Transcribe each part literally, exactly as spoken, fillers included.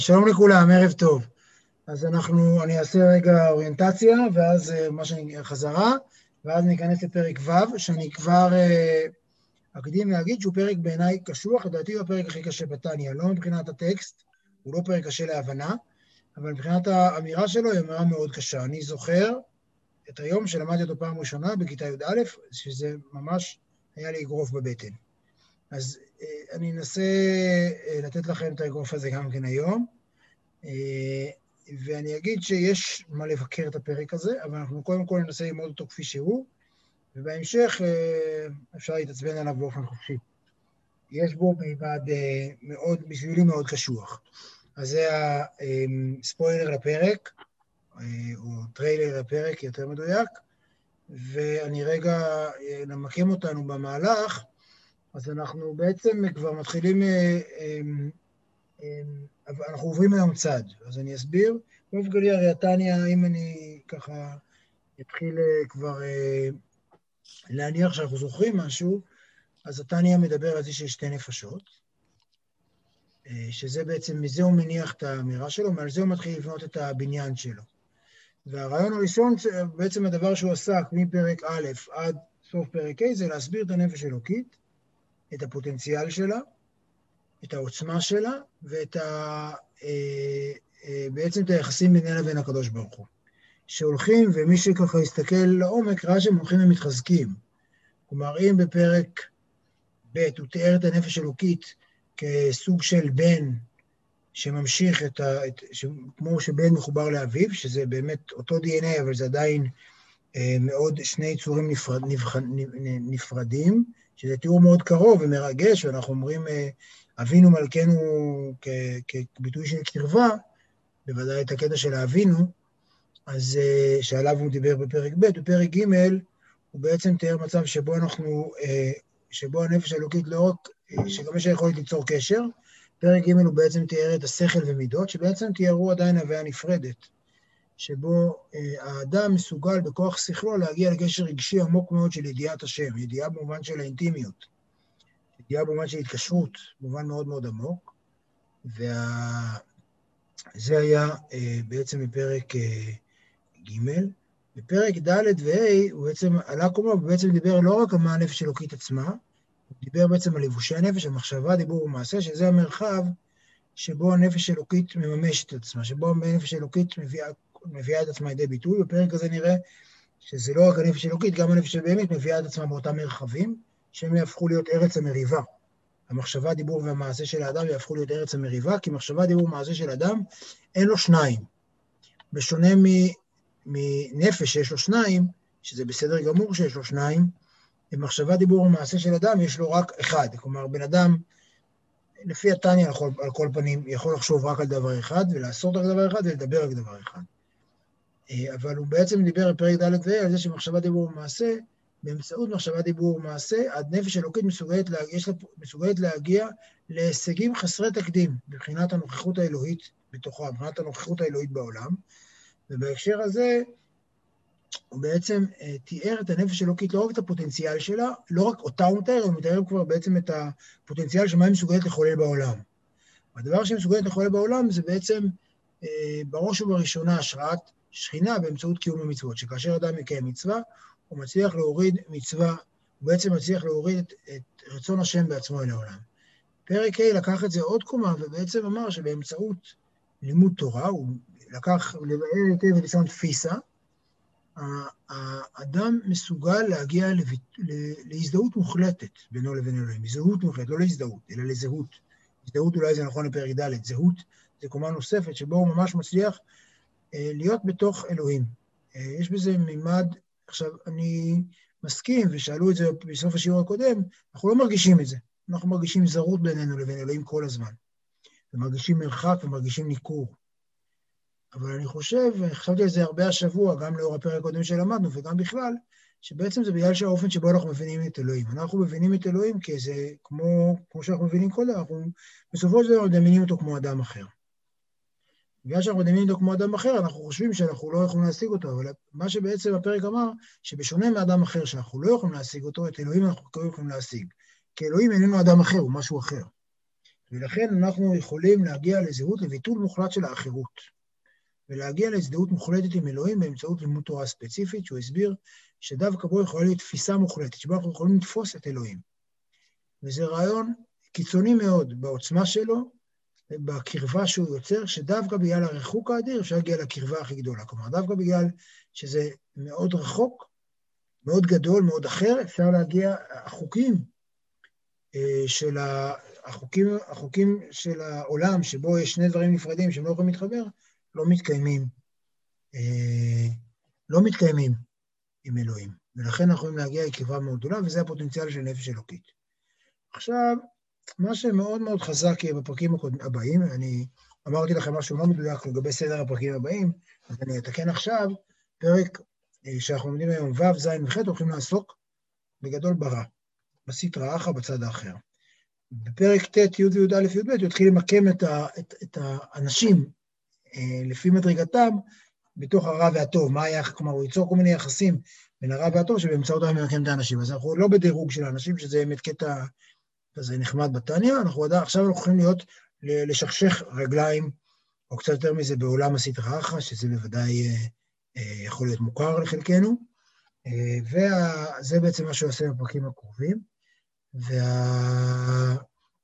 שלום לכולם, ערב טוב. אז אנחנו, אני אעשה רגע אוריינטציה, ואז מה שאני חזרה, ואז ניכנס לפרק ו', שאני כבר אה, אקדים להגיד שהוא פרק בעיניי קשוח, לדעתי הוא הפרק הכי קשה בתניא, לא מבחינת הטקסט, הוא לא פרק קשה להבנה, אבל מבחינת האמירה שלו היא אמירה מאוד קשה. אני זוכר את היום שלמדתי אותו פעם ראשונה בכיתה י"א, שזה ממש היה לי אגרוף בבטן. אז אה, אני אנסה אה, לתת לכם את האגרוף הזה גם כן היום, ואני אגיד שיש מה לבקר את הפרק הזה, אבל אנחנו קודם כל ננסה ללמוד אותו כפי שהוא, ובהמשך אפשר להתעצבן עליו באופן חופשי. יש בו מימד מאוד, בשבילי מאוד קשוח. אז זה הספוילר לפרק, או טריילר לפרק יותר מדויק, ואני רגע נמקם אותנו במהלך, אז אנחנו בעצם כבר מתחילים... אנחנו עוברים היום צד, אז אני אסביר. באופן כללי, הרי התניא, אם אני ככה אתחיל כבר להניח שאנחנו זוכרים משהו, אז התניא מדבר על זה שיש שתי נפשות, שזה בעצם, מזה הוא מניח את האמירה שלו, מעל זה הוא מתחיל לבנות את הבניין שלו. והרעיון הראשון, בעצם הדבר שהוא עסק מפרק א' עד סוף פרק ה', זה להסביר את הנפש האלוקית, את הפוטנציאל שלה, את העוצמה שלה, ואת ה... בעצם את היחסים בינינו לבין הקדוש ברוך הוא. שהולכים, ומי שככה יסתכל לעומק, ראה שהם הולכים ומתחזקים. כלומר, אם בפרק ב' הוא תיאר את הנפש אלוקית כסוג של בן שממשיך את ה... את... ש... כמו שבן מחובר לאביו, שזה באמת אותו די אן איי, אבל זה עדיין אה, מאוד שני יצורים נפרד... נפח... נפרדים, שזה תיאור מאוד קרוב ומרגש, ואנחנו אומרים... אה, אבינו מלכנו כביטוי של קרבה, בוודאי את הקטע של האבינו, אז שעליו הוא דיבר בפרק ב', בפרק ג' הוא בעצם תיאר מצב שבו אנחנו, שבו הנפש האלוקית לא רק, שגם יש היכולת ליצור קשר, פרק ג' הוא בעצם תיאר את השכל ומידות, שבעצם תיארו עדיין הוויה נפרדת, שבו האדם מסוגל בכוח שכלו להגיע לקשר רגשי עמוק מאוד של ידיעת השם, ידיעה במובן של האינטימיות, ידיעה במובן של התקשרות, במובן מאוד מאוד עמוק, וזה היה בעצם בפרק ג'. בפרק ד' וה' הוא בעצם עלה קומה, הוא בעצם דיבר לא רק על מה הנפש אלוקית עצמה, הוא דיבר בעצם על לבושי הנפש, המחשבה, דיבור ומעשה, שזה המרחב שבו הנפש אלוקית מממשת את עצמה, שבו הנפש אלוקית מביאה, מביאה את עצמה לידי ביטוי. בפרק הזה נראה שזה לא רק הנפש אלוקית, גם הנפש באמת מביאה את עצמה באותם מרחבים, שהם יהפכו להיות ארץ המריבה. המחשבה, דיבור והמעשה של האדם יהפכו להיות ארץ המריבה, כי מחשבה, דיבור ומעשה של אדם אין לו שניים. בשונה מנפש שיש לו שניים, שזה בסדר גמור שיש לו שניים, במחשבה, דיבור ומעשה של אדם יש לו רק אחד. כלומר, בן אדם, לפי התניא על, על כל פנים, יכול לחשוב רק על דבר אחד, ולעשות רק דבר אחד, ולדבר רק דבר אחד. אבל הוא בעצם דיבר בפרק ד' וה' על זה שמחשבה, דיבור ומעשה, באמצעות מחשבה, דיבור ומעשה, הנפש אלוקית מסוגלת להגיע, מסוגלת להגיע להישגים חסרי תקדים, מבחינת הנוכחות האלוהית בתוכה, מבחינת הנוכחות האלוהית בעולם, ובהקשר הזה, הוא בעצם תיאר את הנפש אלוקית, לא רק את הפוטנציאל שלה, לא רק אותה הוא מתאר, הוא מתאר כבר בעצם את הפוטנציאל שמה היא מסוגלת לחולל בעולם. והדבר שהיא מסוגלת לחולל בעולם זה בעצם, בראש ובראשונה, השראת שכינה באמצעות קיום המצוות, שכאשר אדם יקיים מצווה, הוא מצליח להוריד מצווה, הוא בעצם מצליח להוריד את, את רצון השם בעצמו אל העולם. פרק ה' לקח את זה עוד קומה, ובעצם אמר שבאמצעות לימוד תורה, הוא לקח לבאר היטב ולשון תפיסה, האדם מסוגל להגיע להזדהות מוחלטת בינו לבין אלוהים, זהות מוחלטת, לא להזדהות, אלא לזהות. הזדהות אולי זה נכון לפרק ד', זהות זה קומה נוספת, שבו הוא ממש מצליח להיות בתוך אלוהים. יש בזה מימד, עכשיו אני מסכים, ושאלו את זה בסוף השיעור הקודם, אנחנו לא מרגישים את זה, אנחנו מרגישים זרות בינינו לבין אלוהים כל הזמן, ומרגישים מרחק ומרגישים ניכור. אבל אני חושב, חשבתי על זה הרבה השבוע, גם לאור הפרק הקודם שלמדנו, וגם בכלל, שבעצם זה בגלל שהאופן שבו אנחנו מבינים את אלוהים. אנחנו מבינים את אלוהים כי זה כמו, כמו שאנחנו מבינים קודם, אנחנו בסופו של דבר מדמיינים אותו כמו אדם אחר. בגלל שאנחנו מדמיינים אותו כמו אדם אחר, אנחנו חושבים שאנחנו לא יכולים להשיג אותו, אבל מה שבעצם הפרק אמר, שבשונה מאדם אחר שאנחנו לא יכולים להשיג אותו, את אלוהים אנחנו לא יכולים להשיג. כי אלוהים איננו אדם אחר, הוא משהו אחר. ולכן אנחנו יכולים להגיע לזהות, לביטול מוחלט של האחרות, ולהגיע להזדהות מוחלטת עם אלוהים באמצעות לימוד תורה ספציפית, שהוא הסביר שדווקא בו יכולה להיות תפיסה מוחלטת, שבה אנחנו יכולים לתפוס את אלוהים. וזה רעיון קיצוני מאוד בעוצמה שלו, בקרבה שהוא יוצר, שדווקא בגלל הריחוק האדיר אפשר להגיע לקרבה הכי גדולה. כלומר, דווקא בגלל שזה מאוד רחוק, מאוד גדול, מאוד אחר, אפשר להגיע, החוקים של, ה, החוקים, החוקים של העולם, שבו יש שני דברים נפרדים שהם לא יכולים להתחבר, לא מתקיימים, לא מתקיימים עם אלוהים. ולכן אנחנו יכולים להגיע לקרבה מאוד גדולה, וזה הפוטנציאל של נפש אלוקית. עכשיו, מה שמאוד מאוד חזק יהיה בפרקים הבאים, אני אמרתי לכם משהו לא מדויק לגבי סדר הפרקים הבאים, אז אני אתקן עכשיו, פרק שאנחנו לומדים היום ו' ז' וח' הולכים לעסוק בגדול ברע, בסטרא אחרא בצד האחר. בפרק ט' י' וי' א' י' ב' הוא התחיל למקם את, ה, את, את האנשים אה, לפי מדרגתם בתוך הרע והטוב, מה היה, כלומר הוא ייצור כל מיני יחסים בין הרע והטוב שבאמצעות הם ממקם את האנשים, אז אנחנו לא בדירוג של האנשים שזה באמת קטע כזה נחמד בתניא, אנחנו יודע, עכשיו אנחנו יכולים להיות, לשכשך רגליים, או קצת יותר מזה בעולם הסטרא אחרא, שזה בוודאי אה, אה, יכול להיות מוכר לחלקנו, אה, וזה בעצם מה שהוא עושה בפרקים הקרובים, וה...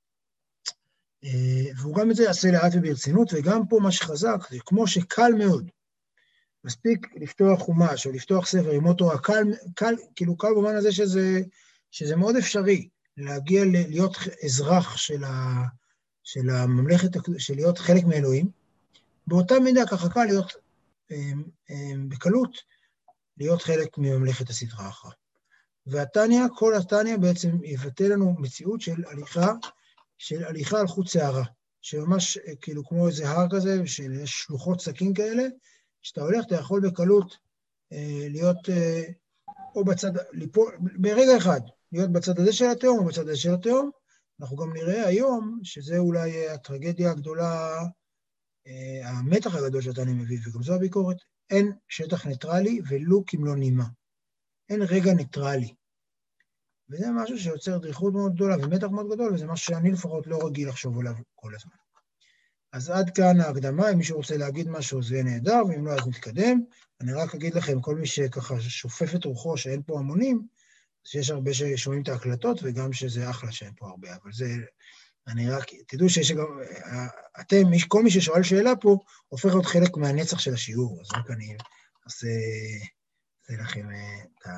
אה, והוא גם את זה יעשה לאט וברצינות, וגם פה מה שחזק, זה כמו שקל מאוד, מספיק לפתוח חומש, או לפתוח ספר עם תורה, קל, קל, כאילו קל במובן הזה שזה, שזה מאוד אפשרי, להגיע להיות אזרח של, ה, של הממלכת, של להיות חלק מאלוהים, באותה מידה ככה קל להיות, בקלות, להיות חלק מממלכת הסטרא אחרא. והתניא, כל התניא בעצם יבטא לנו מציאות של הליכה, של הליכה על חוט שערה, שממש כאילו כמו איזה הר כזה, שיש שלוחות סכין כאלה, שאתה הולך, אתה יכול בקלות להיות, או בצד, ברגע אחד, להיות בצד הזה של התהום או בצד הזה של התהום. אנחנו גם נראה היום שזה אולי הטרגדיה הגדולה, המתח הגדול שאתה אני מביא, וגם זו הביקורת, אין שטח ניטרלי ולו כמלוא נימה. אין רגע ניטרלי. וזה משהו שיוצר דריכות מאוד גדולה ומתח מאוד גדול, וזה משהו שאני לפחות לא רגיל לחשוב עליו כל הזמן. אז עד כאן ההקדמה, אם מישהו רוצה להגיד משהו זה נהדר, ואם לא אז נתקדם. אני רק אגיד לכם, כל מי שככה שופף את רוחו שאין פה המונים, שיש הרבה ששומעים את ההקלטות, וגם שזה אחלה שאין פה הרבה, אבל זה, אני רק, תדעו שיש גם, אתם, כל מי ששואל שאלה פה, הופך להיות חלק מהנצח של השיעור, אז רק אני אעשה, אעשה לכם את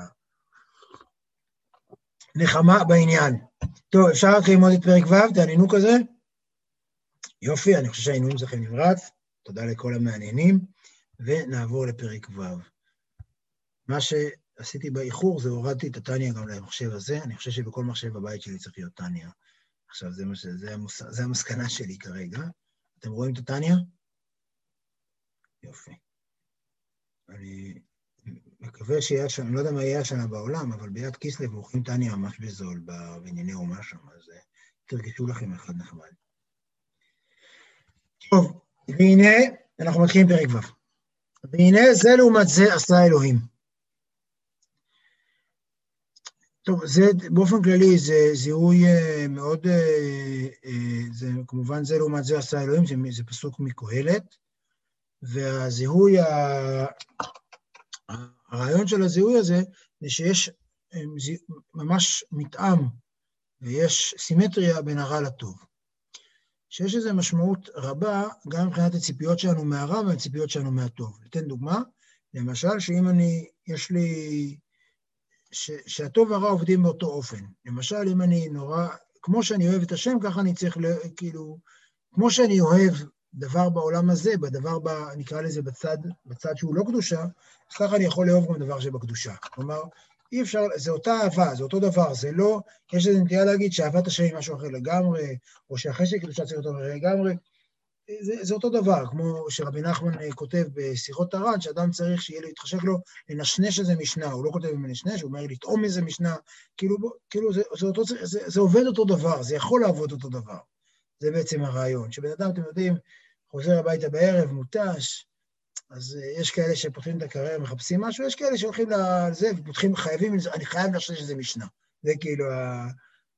הנחמה בעניין. טוב, אפשר רק ללמוד את פרק ו', תעניינו כזה? יופי, אני חושב שהעינויים שלכם נמרץ, תודה לכל המעניינים, ונעבור לפרק ו'. מה ש... עשיתי באיחור, זה הורדתי את התניא גם למחשב הזה, אני חושב שבכל מחשב בבית שלי צריך להיות תניא. עכשיו, זה, ש... זה, המוס... זה המסקנה שלי כרגע. אתם רואים את התניא? יופי. אני מקווה שיהיה שם, אני לא יודע מה יהיה השנה בעולם, אבל ביד כיסלב מוכרים תניא ממש בזול בענייני אומה שם, אז תרגשו לכם אחד נחמד. טוב, והנה, אנחנו מתחילים פרק ו'. והנה, זה לעומת זה עשה אלוהים. טוב, זה באופן כללי, זה זיהוי מאוד, זה כמובן זה לעומת זה עשה אלוהים, זה, זה פסוק מקהלת, והזיהוי, הרעיון של הזיהוי הזה, זה שיש ממש מתאם, ויש סימטריה בין הרע לטוב. שיש איזו משמעות רבה, גם מבחינת הציפיות שלנו מהרע, והציפיות שלנו מהטוב. ניתן דוגמה, למשל, שאם אני, יש לי, ש, שהטוב והרע עובדים באותו אופן. למשל, אם אני נורא, כמו שאני אוהב את השם, ככה אני צריך, כאילו, כמו שאני אוהב דבר בעולם הזה, בדבר, ב, נקרא לזה בצד, בצד שהוא לא קדושה, אז ככה אני יכול לאהוב גם דבר שבקדושה. כלומר, אי אפשר, זה אותה אהבה, זה אותו דבר, זה לא, יש איזו נטייה להגיד שאהבת השם היא משהו אחר לגמרי, או שאחרי שקדושה צריך אותו אחר לגמרי, זה, זה אותו דבר, כמו שרבי נחמן כותב בשיחות הר"ן, שאדם צריך שיהיה לו, יתחשק לו לנשנש איזה משנה, הוא לא כותב בנשנש, הוא אומר לטעום איזה משנה, כאילו, כאילו זה, זה, אותו, זה, זה עובד אותו דבר, זה יכול לעבוד אותו דבר. זה בעצם הרעיון, שבן אדם, אתם יודעים, חוזר הביתה בערב, מותש, אז יש כאלה שפותחים את הקריירה, מחפשים משהו, יש כאלה שהולכים לזה, ופותחים, חייבים, אני חייב לשנש איזה משנה. זה כאילו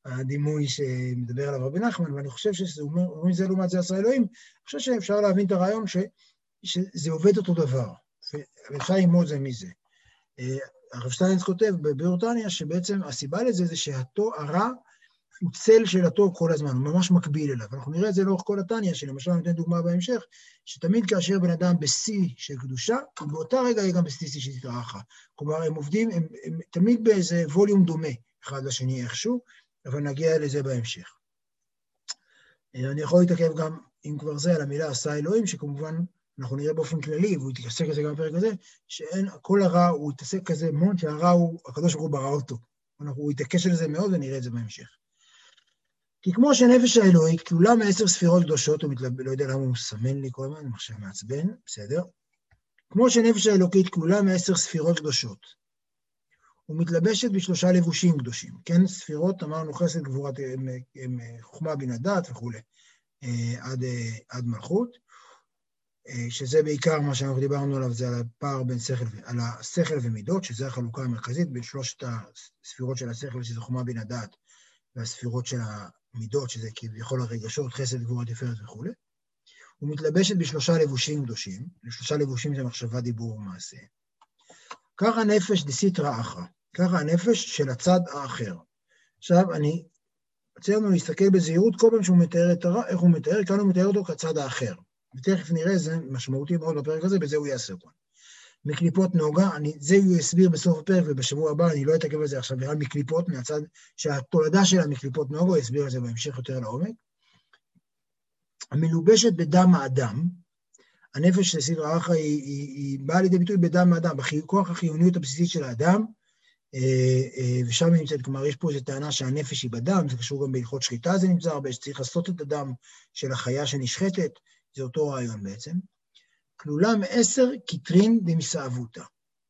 הדימוי שמדבר עליו רבי נחמן, ואני חושב שזה אומר, אומרים זה לעומת זה עשה אלוהים, אני חושב שאפשר להבין את הרעיון ש, שזה עובד אותו דבר, ואפשר ללמוד זה מזה. הרב שטיינץ כותב בביאור תניא שבעצם הסיבה לזה זה שהטוב, הרע הוא צל של הטוב כל הזמן, הוא ממש מקביל אליו. אנחנו נראה את זה לאורך כל התניא, שלמשל נותן דוגמה בהמשך, שתמיד כאשר בן אדם בשיא של קדושה, באותה רגע יהיה גם בשיא של סטרא אחרא. כלומר, הם עובדים, הם, הם תמיד באיזה ווליום דומה, אחד לשני איכשהו, אבל נגיע לזה בהמשך. אני יכול להתעכב גם, אם כבר זה, על המילה עשה אלוהים, שכמובן אנחנו נראה באופן כללי, והוא יתעסק כזה גם בפרק הזה, שאין, כל הרע הוא יתעסק כזה מאוד, שהרע הוא, הקדוש ברוך הוא ברא אותו. אנחנו, הוא יתעקש על זה מאוד, ונראה את זה בהמשך. כי כמו שנפש האלוהית כלולה מעשר ספירות קדושות, הוא מתלבט, לא יודע למה הוא מסמן לי כל הזמן, מחשב מעצבן, בסדר? כמו שנפש האלוקית כלולה מעשר ספירות קדושות, ומתלבשת בשלושה לבושים קדושים. כן, ספירות, אמרנו חסד, גבורת, הם, הם, חוכמה בינה דעת וכו', עד, עד מלכות, שזה בעיקר מה שאנחנו דיברנו עליו, זה על הפער בין שכל, על השכל ומידות, שזה החלוקה המרכזית בין שלושת הספירות של השכל, שזה חוכמה בינה דעת, והספירות של המידות, שזה כביכול הרגשות, חסד, גבורה, תפארת וכו'. הוא מתלבשת בשלושה לבושים קדושים, לשלושה לבושים זה מחשבה, דיבור ומעשה. ככה הנפש דסיטרא אחרא, ככה הנפש של הצד האחר. עכשיו, אני רוצה לנו להסתכל בזהירות, כל פעם שהוא מתאר את הרע, איך הוא מתאר, כאן הוא מתאר אותו כצד האחר. ותכף נראה, זה משמעותי מאוד בפרק הזה, בזה הוא יעשה פה. מקליפות נוגה, אני, זה הוא יסביר בסוף הפרק, ובשבוע הבא אני לא אתעכב על זה עכשיו, נראה מקליפות, מהצד שהתולדה שלה מקליפות נוגה, הוא יסביר על זה בהמשך יותר לעומק. המלובשת בדם האדם, הנפש של סטרא אחרא היא, היא, היא באה לידי ביטוי בדם האדם, בכוח החיוניות הבסיסית של האדם, ושם היא נמצאת, כלומר יש פה איזו טענה שהנפש היא בדם, זה קשור גם בהלכות שחיטה, זה נמצא הרבה, שצריך לעשות את הדם של החיה שנשחטת, זה אותו רעיון בעצם. כלולה מעשר קטרין דמסעבותא.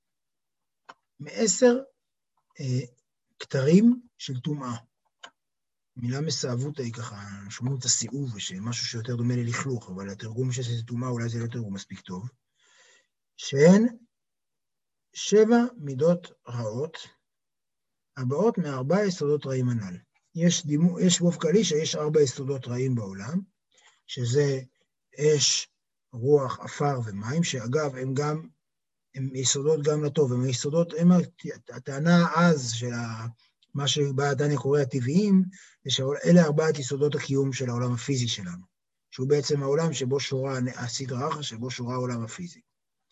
מעשר אה, כתרים של טומאה. מילה מסעבותא היא ככה, שומעים את הסיעוב, משהו שיותר דומה ללכלוך, אבל התרגום שזה טומאה אולי זה לא תרגום מספיק טוב. שהן שבע מידות רעות, הבאות מארבע יסודות רעים הנ"ל. יש, דימו, יש באופן כללי שיש ארבע יסודות רעים בעולם, שזה אש, רוח, עפר ומים, שאגב, הם גם, הם יסודות גם לטוב, הם יסודות, הם הטענה אז של מה שבה התניא קורא הטבעיים, זה שאלה ארבעת יסודות הקיום של העולם הפיזי שלנו, שהוא בעצם העולם שבו שורה הסטרא אחרא, שבו שורה העולם הפיזי.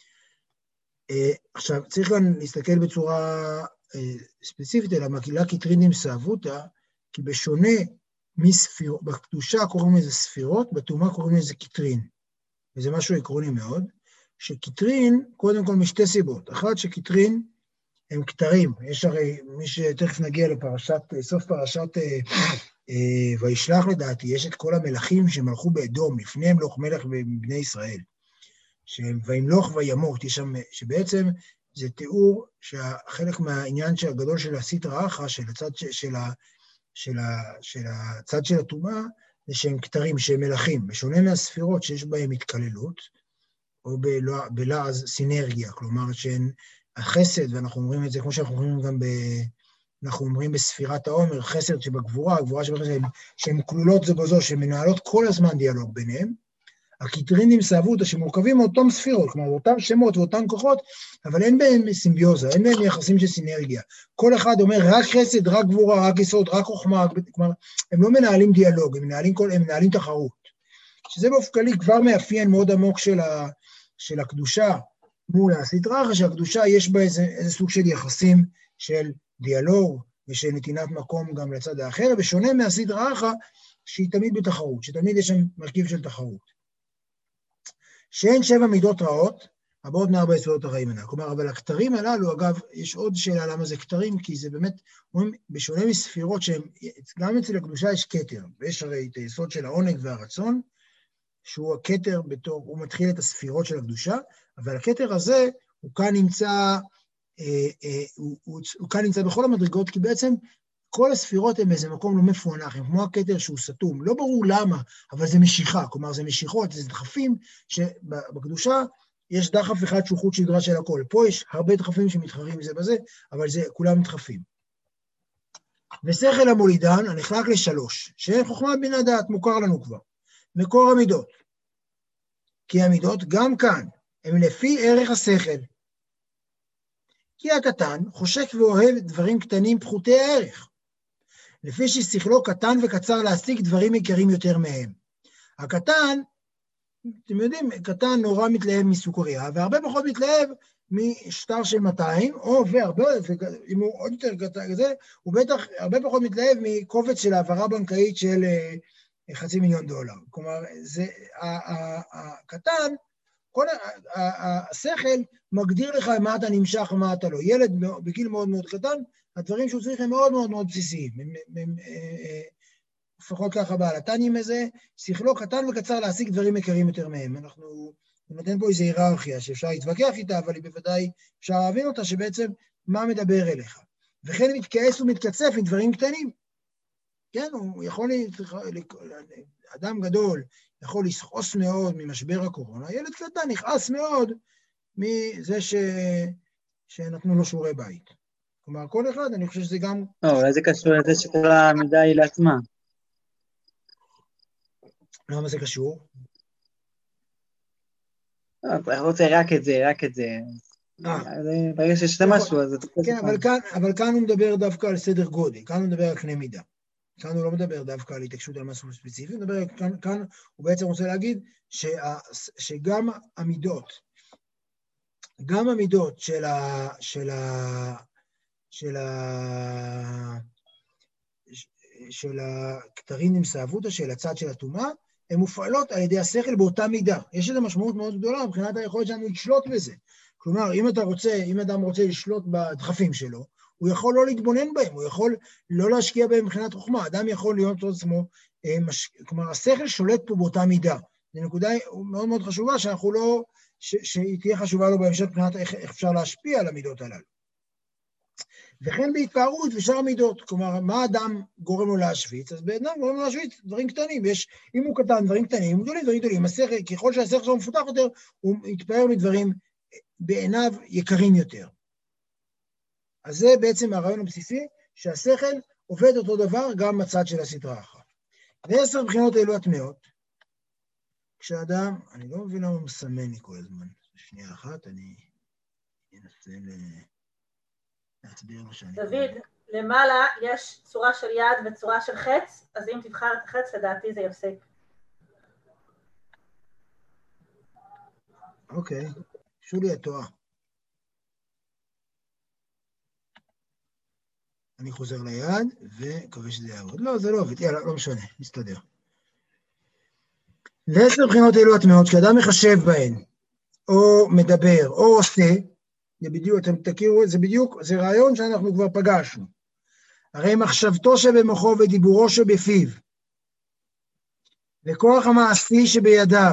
עכשיו, צריך גם להסתכל בצורה ספציפית על המקהילה קטרין דמסעבותא, כי בשונה מספירות, בקדושה קוראים לזה ספירות, בטומאה קוראים לזה קטרין. וזה משהו עקרוני מאוד, שקטרין, קודם כל משתי סיבות. אחת, שקטרין הם כתרים. יש הרי, מי שתכף נגיע לפרשת, סוף פרשת אה, אה, וישלח לדעתי, יש את כל המלכים שמלכו באדום, לפניהם לוך מלך בבני ישראל. וימלוך וימות, יש שם, שבעצם זה תיאור שחלק מהעניין הגדול של הסטרא אחרא, של הצד של, ה, של, ה, של הצד של הטומאה, זה שהם כתרים, שהם מלכים, בשונה מהספירות שיש בהם התקללות, או בלעז סינרגיה, כלומר שהן החסד, ואנחנו אומרים את זה, כמו שאנחנו אומרים גם ב... אנחנו אומרים בספירת העומר, חסד שבגבורה, הגבורה שבחסד, שהן כלולות זו בזו, שהן מנהלות כל הזמן דיאלוג ביניהם, הקטרין דמסעבותא שמורכבים מאותם ספירות, כלומר אותם שמות ואותן כוחות, אבל אין בהם סימביוזה, אין בהם יחסים של סינרגיה. כל אחד אומר רק חסד, רק גבורה, רק יסוד, רק חוכמה, כלומר, הם לא מנהלים דיאלוג, הם מנהלים, כל, הם מנהלים תחרות. שזה באופן כללי כבר מאפיין מאוד עמוק של, ה, של הקדושה מול הסטרא אחרא, שהקדושה יש בה איזה, איזה סוג של יחסים של דיאלוג ושל נתינת מקום גם לצד האחר, ושונה מהסטרא אחרא שהיא תמיד בתחרות, שתמיד יש שם מרכיב של תחרות. שאין שבע מידות רעות, הבאות מארבע יסודות הרעים הנ"ל. כלומר, אבל הכתרים הללו, אגב, יש עוד שאלה למה זה כתרים, כי זה באמת, בשונה מספירות שהם, גם אצל הקדושה יש כתר, ויש הרי את היסוד של העונג והרצון, שהוא הכתר בתור, הוא מתחיל את הספירות של הקדושה, אבל הכתר הזה, הוא כאן נמצא, אה, אה, הוא, הוא, הוא כאן נמצא בכל המדרגות, כי בעצם כל הספירות הן באיזה מקום לא מפוענח, הם כמו הכתר שהוא סתום, לא ברור למה, אבל זה משיכה, כלומר זה משיכות, זה דחפים, שבקדושה יש דחף אחד שהוא חוט שדרה של הכל, פה יש הרבה דחפים שמתחרים זה בזה, אבל זה כולם דחפים. ושכל המולידן, הנחלק לשלוש, שאין חוכמת בינה דעת, מוכר לנו כבר. מקור המידות. כי המידות גם כאן, הם לפי ערך השכל. כי הקטן חושק ואוהב דברים קטנים פחותי הערך, לפי ששכלו קטן וקצר להשיג דברים יקרים יותר מהם. הקטן, אתם יודעים, קטן נורא מתלהב מסוכריה, והרבה פחות מתלהב משטר של מאתיים, או והרבה, אם הוא עוד יותר קטן כזה, הוא בטח הרבה פחות מתלהב מקובץ של העברה בנקאית של חצי מיליון דולר. כלומר, זה, הקטן, כל השכל מגדיר לך מה אתה נמשך ומה אתה לא. ילד בגיל מאוד מאוד קטן, הדברים שהוא צריך הם מאוד מאוד מאוד בסיסיים. לפחות ככה בעלתנים הזה, שכלו קטן וקצר להשיג דברים יקרים יותר מהם. אנחנו נותן פה איזו היררכיה שאפשר להתווכח איתה, אבל היא בוודאי אפשר להבין אותה שבעצם מה מדבר אליך. וכן מתכעס ומתקצף עם דברים קטנים. כן, הוא יכול, אדם גדול יכול לסחוס מאוד ממשבר הקורונה, ילד קטן נכעס מאוד מזה ש... שנתנו לו שיעורי בית. כלומר, כל אחד, אני חושב שזה גם... לא, אולי זה קשור לזה שכל המידה היא לעצמה. למה זה קשור? לא, אני רוצה רק את זה, רק את זה. ברגע שיש לזה משהו, אז אתה תופס כן, אבל כאן הוא מדבר דווקא על סדר גודל, כאן הוא מדבר על קנה מידה. כאן הוא לא מדבר דווקא על התעקשות על משהו ספציפי, הוא מדבר, כאן, כאן הוא בעצם רוצה להגיד שה, שגם המידות, גם המידות של ה... של ה... של ה... של הכתרים נמסעבותא, של הצד של הטומאה, הן מופעלות על ידי השכל באותה מידה. יש לזה משמעות מאוד גדולה מבחינת היכולת שלנו לשלוט בזה. כלומר, אם אתה רוצה, אם אדם רוצה לשלוט בדחפים שלו, הוא יכול לא להתבונן בהם, הוא יכול לא להשקיע בהם מבחינת חוכמה. אדם יכול להיות את עצמו, מש... כלומר, השכל שולט פה באותה מידה. זו נקודה מאוד מאוד חשובה, שאנחנו לא, ש... שהיא תהיה חשובה לו בהמשך מבחינת איך, איך אפשר להשפיע על המידות הללו. וכן בהתפארות ושאר המידות, כלומר, מה אדם גורם לו להשוויץ? אז באדם גורם לו להשוויץ דברים קטנים, יש, אם הוא קטן, דברים קטנים, אם גדולים, דברים גדולים, השכל, ככל שהשכל שלו מפותח יותר, הוא יתפאר מדברים בעיניו יקרים יותר. אז זה בעצם הרעיון הבסיסי, שהשכל עובד אותו דבר גם בצד של הסדרה אחת. ועשר בחינות אלו הטמעות, כשאדם, אני לא מבין למה הוא מסמן לי כל הזמן, שנייה אחת, אני אנסה ל... להסביר לו שאני... דוד, למעלה יש צורה של יד וצורה של חץ, אז אם תבחר את החץ, לדעתי זה יפסיק. אוקיי, שולי את טועה. אני חוזר ליד, וקווה שזה יעבוד. לא, זה לא עובד, יאללה, לא משנה, נסתדר. ועשר בחינות אלו הטמעות, כשאדם מחשב בהן, או מדבר, או עושה, זה בדיוק, אתם תכירו, זה בדיוק, זה רעיון שאנחנו כבר פגשנו. הרי מחשבתו שבמוחו ודיבורו שבפיו, וכוח המעשי שבידיו.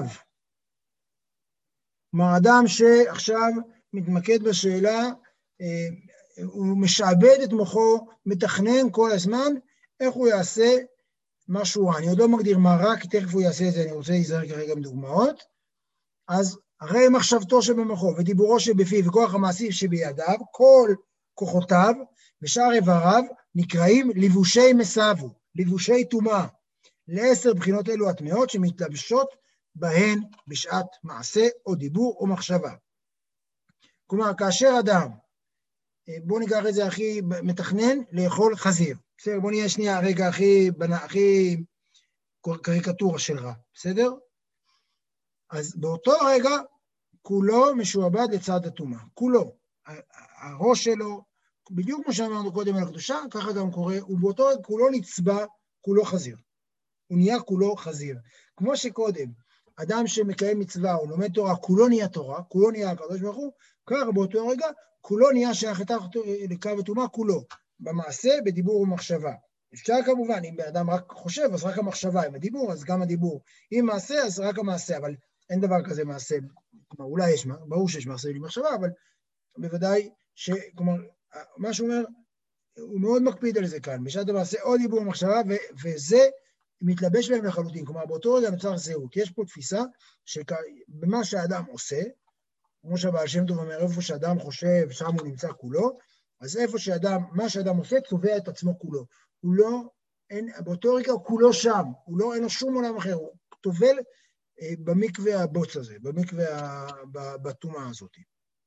כלומר, אדם שעכשיו מתמקד בשאלה, הוא משעבד את מוחו, מתכנן כל הזמן, איך הוא יעשה משהו רע. אני עוד לא מגדיר מה רע, כי תכף הוא יעשה את זה, אני רוצה להיזהר כרגע עם דוגמאות. אז הרי מחשבתו שבמוחו ודיבורו שבפיו וכוח המעשי שבידיו, כל כוחותיו ושאר איבריו נקראים לבושי מסבו, לבושי טומאה, לעשר בחינות אלו הטמעות שמתלבשות בהן בשעת מעשה או דיבור או מחשבה. כלומר, כאשר אדם, בואו ניקח את זה הכי מתכנן, לאכול חזיר. בסדר, בואו נהיה שנייה הרגע הכי, הכי קריקטורה של רע, בסדר? אז באותו רגע, כולו משועבד לצד הטומאה, כולו. הראש שלו, בדיוק כמו שאמרנו קודם על הקדושה, ככה גם קורה, ובאותו רגע כולו נצבע, כולו חזיר. הוא נהיה כולו חזיר. כמו שקודם, אדם שמקיים מצווה, הוא לומד תורה, כולו נהיה תורה, כולו נהיה הקדוש ברוך הוא, ככה באותו רגע, כולו נהיה שייך לקו הטומאה, כולו. במעשה, בדיבור ומחשבה. אפשר כמובן, אם אדם רק חושב, אז רק המחשבה, אם הדיבור, אז גם הדיבור. אם מעשה, אז רק המעשה, אבל אין דבר כזה מעשה, כלומר, אולי יש, ברור שיש מעשה בלי מחשבה, אבל בוודאי ש, כלומר, מה שהוא אומר, הוא מאוד מקפיד על זה כאן, בשעת המעשה או דיבור ומחשבה, ו- וזה מתלבש בהם לחלוטין, כלומר, באותו רגע נוצר זהות. יש פה תפיסה שבמה שהאדם עושה, כמו שהבעל שם טוב אומר, איפה שאדם חושב, שם הוא נמצא כולו, אז איפה שאדם, מה שאדם עושה, צובע את עצמו כולו. הוא לא, אין, באותו רגע הוא כולו שם, הוא לא, אין לו שום עולם אחר, הוא טובל אה, במקווה הבוץ הזה, במקווה בתומה הזאת.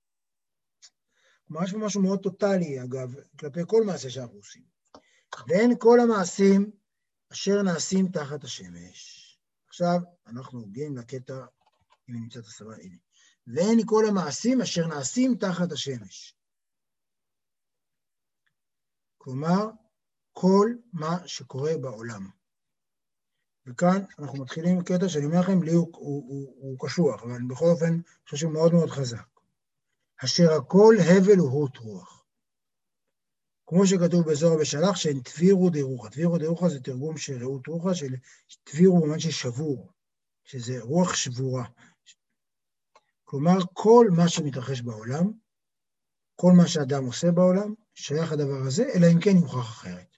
ממש משהו מאוד טוטלי, אגב, כלפי כל מעשה שאנחנו עושים. ואין כל המעשים אשר נעשים תחת השמש. עכשיו אנחנו הוגעים לקטע, אם נמצא את הסברה, הנה. ואין כל המעשים אשר נעשים תחת השמש. כלומר, כל מה שקורה בעולם. וכאן אנחנו מתחילים עם קטע שאני אומר לכם, לי הוא, הוא, הוא, הוא קשוח, אבל בכל אופן, אני חושב שהוא מאוד מאוד חזק. אשר הכל הבל הוא רות רוח. כמו שכתוב בזוהר בשלח, שהן תבירו דירוחה. תבירו דירוחה זה תרגום של ראות רוחה, של תבירו במובן ששבור, שזה רוח שבורה. כלומר, כל מה שמתרחש בעולם, כל מה שאדם עושה בעולם, שייך הדבר הזה, אלא אם כן יוכח אחרת.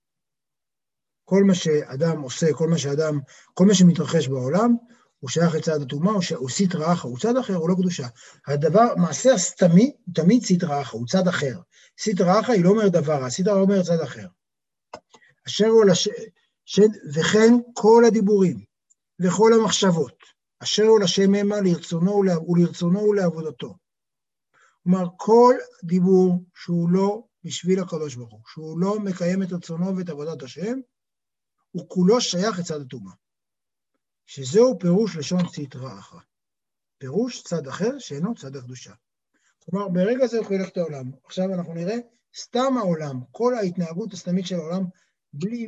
כל מה שאדם עושה, כל מה שאדם, כל מה שמתרחש בעולם, הוא שייך לצד הטומאה, הוא סטרא אחרא, הוא צד אחר, הוא לא קדושה. הדבר, מעשה הסתמי, הוא תמיד סטרא אחרא, הוא צד אחר. סטרא אחרא היא לא אומר דבר, הסטרא אומר צד אחר. אשר הוא לש... ש... וכן כל הדיבורים וכל המחשבות, אשר הוא לשם המה לרצונו ולרצונו ולעבודתו. כלומר, כל דיבור שהוא לא בשביל הקדוש ברוך הוא, שהוא לא מקיים את רצונו ואת עבודת השם, הוא כולו שייך לצד הטומאה. שזהו פירוש לשון סטרא אחרא. פירוש צד אחר שאינו צד הקדושה. כלומר, ברגע זה הוא חילק את העולם. עכשיו אנחנו נראה סתם העולם, כל ההתנהגות הסתמית של העולם, בלי,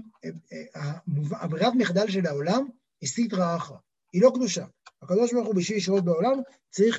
הברירת מחדל של העולם היא סטרא אחרא. היא לא קדושה. הקדוש ברוך הוא בשביל לשרות בעולם צריך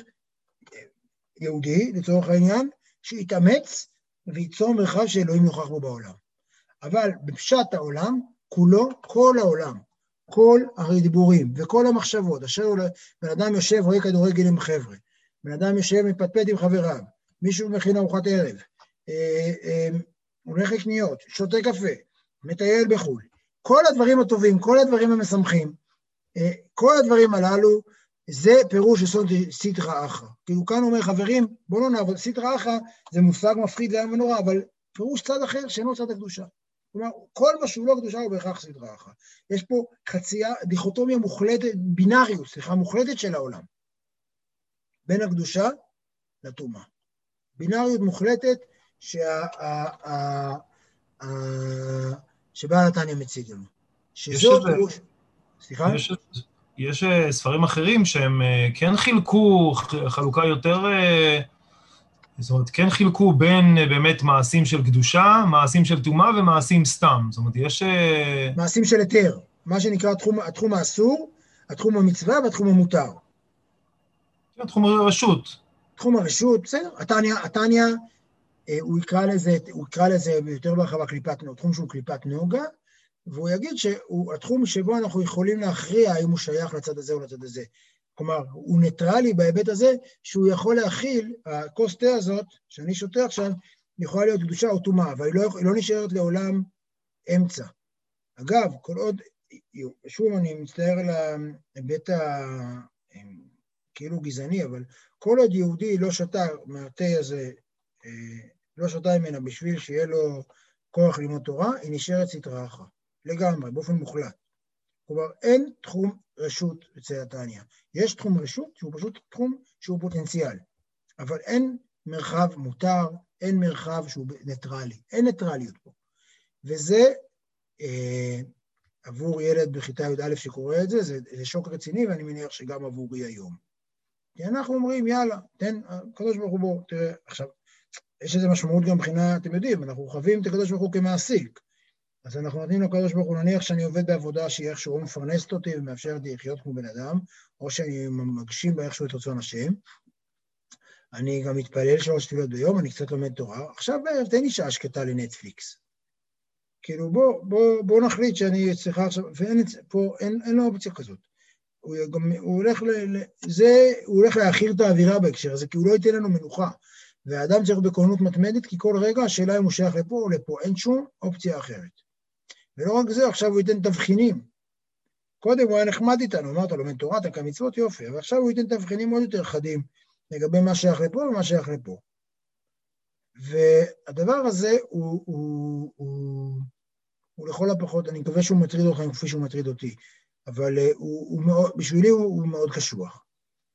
יהודי, לצורך העניין, שיתאמץ וייצור מרחב שאלוהים יוכח בו בעולם. אבל בפשט העולם, כולו, כל העולם, כל הדיבורים וכל המחשבות, אשר בן אדם יושב רואה כדורגל עם חבר'ה, בן אדם יושב מפטפט עם חבריו, מישהו מכין ארוחת ערב, אה, אה, הולך לקניות, שותה קפה, מטייל בחו"ל, כל הדברים הטובים, כל הדברים המשמחים, אה, כל הדברים הללו, זה פירוש יסוד סטרא אחרא. כאילו כאן אומר חברים, בואו לא נעבוד, סטרא אחרא זה מושג מפחיד להם ונורא, אבל פירוש צד אחר שאינו צד הקדושה. כלומר, כל מה שהוא לא קדושה הוא בהכרח סטרא אחרא. יש פה חצייה, דיכוטומיה מוחלטת, בינאריות, סליחה, מוחלטת של העולם. בין הקדושה לטומאה. בינאריות מוחלטת שה, ה, ה, ה, שבעל התניא מציג לנו. שזו פירוש... סליחה? יש, יש ספרים אחרים שהם כן חילקו חלוקה יותר... זאת אומרת, כן חילקו בין באמת מעשים של קדושה, מעשים של טומאה ומעשים סתם. זאת אומרת, יש... מעשים של היתר, מה שנקרא התחום, התחום האסור, התחום המצווה והתחום המותר. התחום הרשות. תחום הרשות, בסדר. התניא, התניא, הוא יקרא לזה, הוא יקרא לזה יותר בהרחבה קליפת נוגה, תחום שהוא קליפת נוגה, והוא יגיד שהוא התחום שבו אנחנו יכולים להכריע האם הוא שייך לצד הזה או לצד הזה. כלומר, הוא ניטרלי בהיבט הזה, שהוא יכול להכיל, הכוס תה הזאת, שאני שותה עכשיו, יכולה להיות קדושה או טומאה, אבל היא לא, היא לא נשארת לעולם אמצע. אגב, כל עוד, שוב אני מצטער על ההיבט כאילו גזעני, אבל כל עוד יהודי לא שתה מהתה הזה, לא שתה ממנה בשביל שיהיה לו כוח ללמוד תורה, היא נשארת סטרא אחרא, לגמרי, באופן מוחלט. כלומר, אין תחום רשות אצל התניא. יש תחום רשות שהוא פשוט תחום שהוא פוטנציאל, אבל אין מרחב מותר, אין מרחב שהוא ניטרלי, אין ניטרליות פה. וזה, אה, עבור ילד בכיתה י"א שקורא את זה, זה, זה שוק רציני, ואני מניח שגם עבורי היום. כי אנחנו אומרים, יאללה, תן, הקדוש ברוך הוא בו, תראה, עכשיו, יש איזו משמעות גם מבחינה, אתם יודעים, אנחנו חווים את הקדוש ברוך הוא כמעסיק, אז אנחנו נותנים לקדוש ברוך הוא, נניח שאני עובד בעבודה שהיא איכשהו מפרנסת אותי ומאפשרת לי לחיות כמו בן אדם, או שאני מגשים בה איכשהו את רצון השם, אני גם מתפלל שלוש תפילות ביום, אני קצת לומד תורה, עכשיו בערב תן לי שעה שקטה לנטפליקס. כאילו בוא, בוא, בוא נחליט שאני צריכה עכשיו, ואין פה, אין, אין לו אופציה כזאת. הוא, גם, הוא, הולך ל, זה, הוא הולך להכיר את האווירה בהקשר הזה, כי הוא לא ייתן לנו מנוחה. והאדם צריך בכוננות מתמדת, כי כל רגע השאלה אם הוא שייך לפה או לפה, אין שום אופציה אחרת. ולא רק זה, עכשיו הוא ייתן תבחינים. קודם הוא היה נחמד איתנו, אמרת לו, לומד תורה, תקיים מצוות, יופי, אבל עכשיו הוא ייתן תבחינים עוד יותר חדים, לגבי מה שייך לפה ומה שייך לפה. והדבר הזה הוא, הוא, הוא, ולכל הפחות, אני מקווה שהוא מטריד אתכם כפי שהוא מטריד אותי, אבל הוא, הוא מאוד, בשבילי הוא, הוא מאוד קשוח.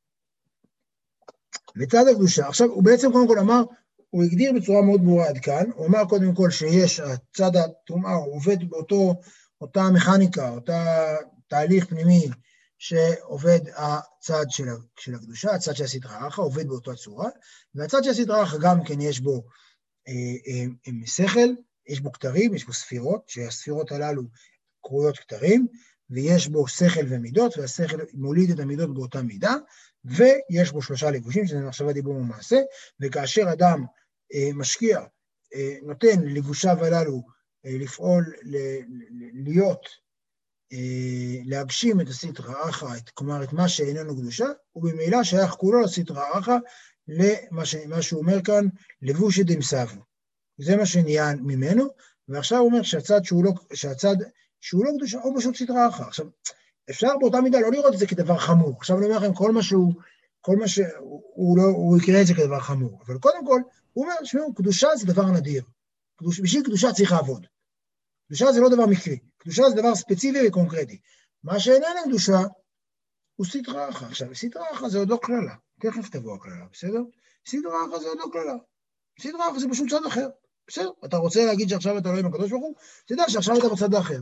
וצד הקדושה, עכשיו הוא בעצם קודם כל אמר, הוא הגדיר בצורה מאוד ברורה עד כאן, הוא אמר קודם כל שיש הצד הטומאה, הוא עובד באותו, אותה מכניקה, אותה תהליך פנימי, שעובד הצד של, של הקדושה, הצד של הסדרה אחת, עובד באותה צורה, והצד של הסדרה אחת גם כן יש בו אה, אה, שכל, יש בו כתרים, יש בו ספירות, שהספירות הללו קרויות כתרים, ויש בו שכל ומידות, והשכל מוליד את המידות באותה מידה, ויש בו שלושה לבושים, שזה מחשבה דיבור ומעשה, וכאשר אדם אה, משקיע, אה, נותן לבושיו הללו אה, לפעול, ל- להיות, להגשים את הסטרא אחרא, כלומר את מה שאיננו קדושה, ובמילא שייך כולו לסטרא אחרא, למה ש... שהוא אומר כאן, לבושי דמסבו. זה מה שנהיה ממנו, ועכשיו הוא אומר שהצד שהוא לא, שהצד שהוא לא קדושה, הוא פשוט סטרא אחרא. עכשיו, אפשר באותה מידה לא לראות את זה כדבר חמור. עכשיו אני אומר לכם, כל מה שהוא, כל מה שהוא, הוא לא, הוא יקרא את זה כדבר חמור. אבל קודם כל, הוא אומר, שמעו, קדושה זה דבר נדיר. קדוש... בשביל קדושה צריך לעבוד. קדושה זה לא דבר מקרי, קדושה זה דבר ספציפי וקונקרטי. מה שאיננו קדושה הוא סטרא אחרא. עכשיו, סטרא אחרא זה עוד לא כללה, תכף תבוא הכללה, בסדר? סטרא אחרא זה עוד לא כללה. סטרא אחרא זה פשוט צד אחר, בסדר? אתה רוצה להגיד שעכשיו אתה לא עם הקדוש ברוך הוא? תדע שעכשיו אתה בצד אחר.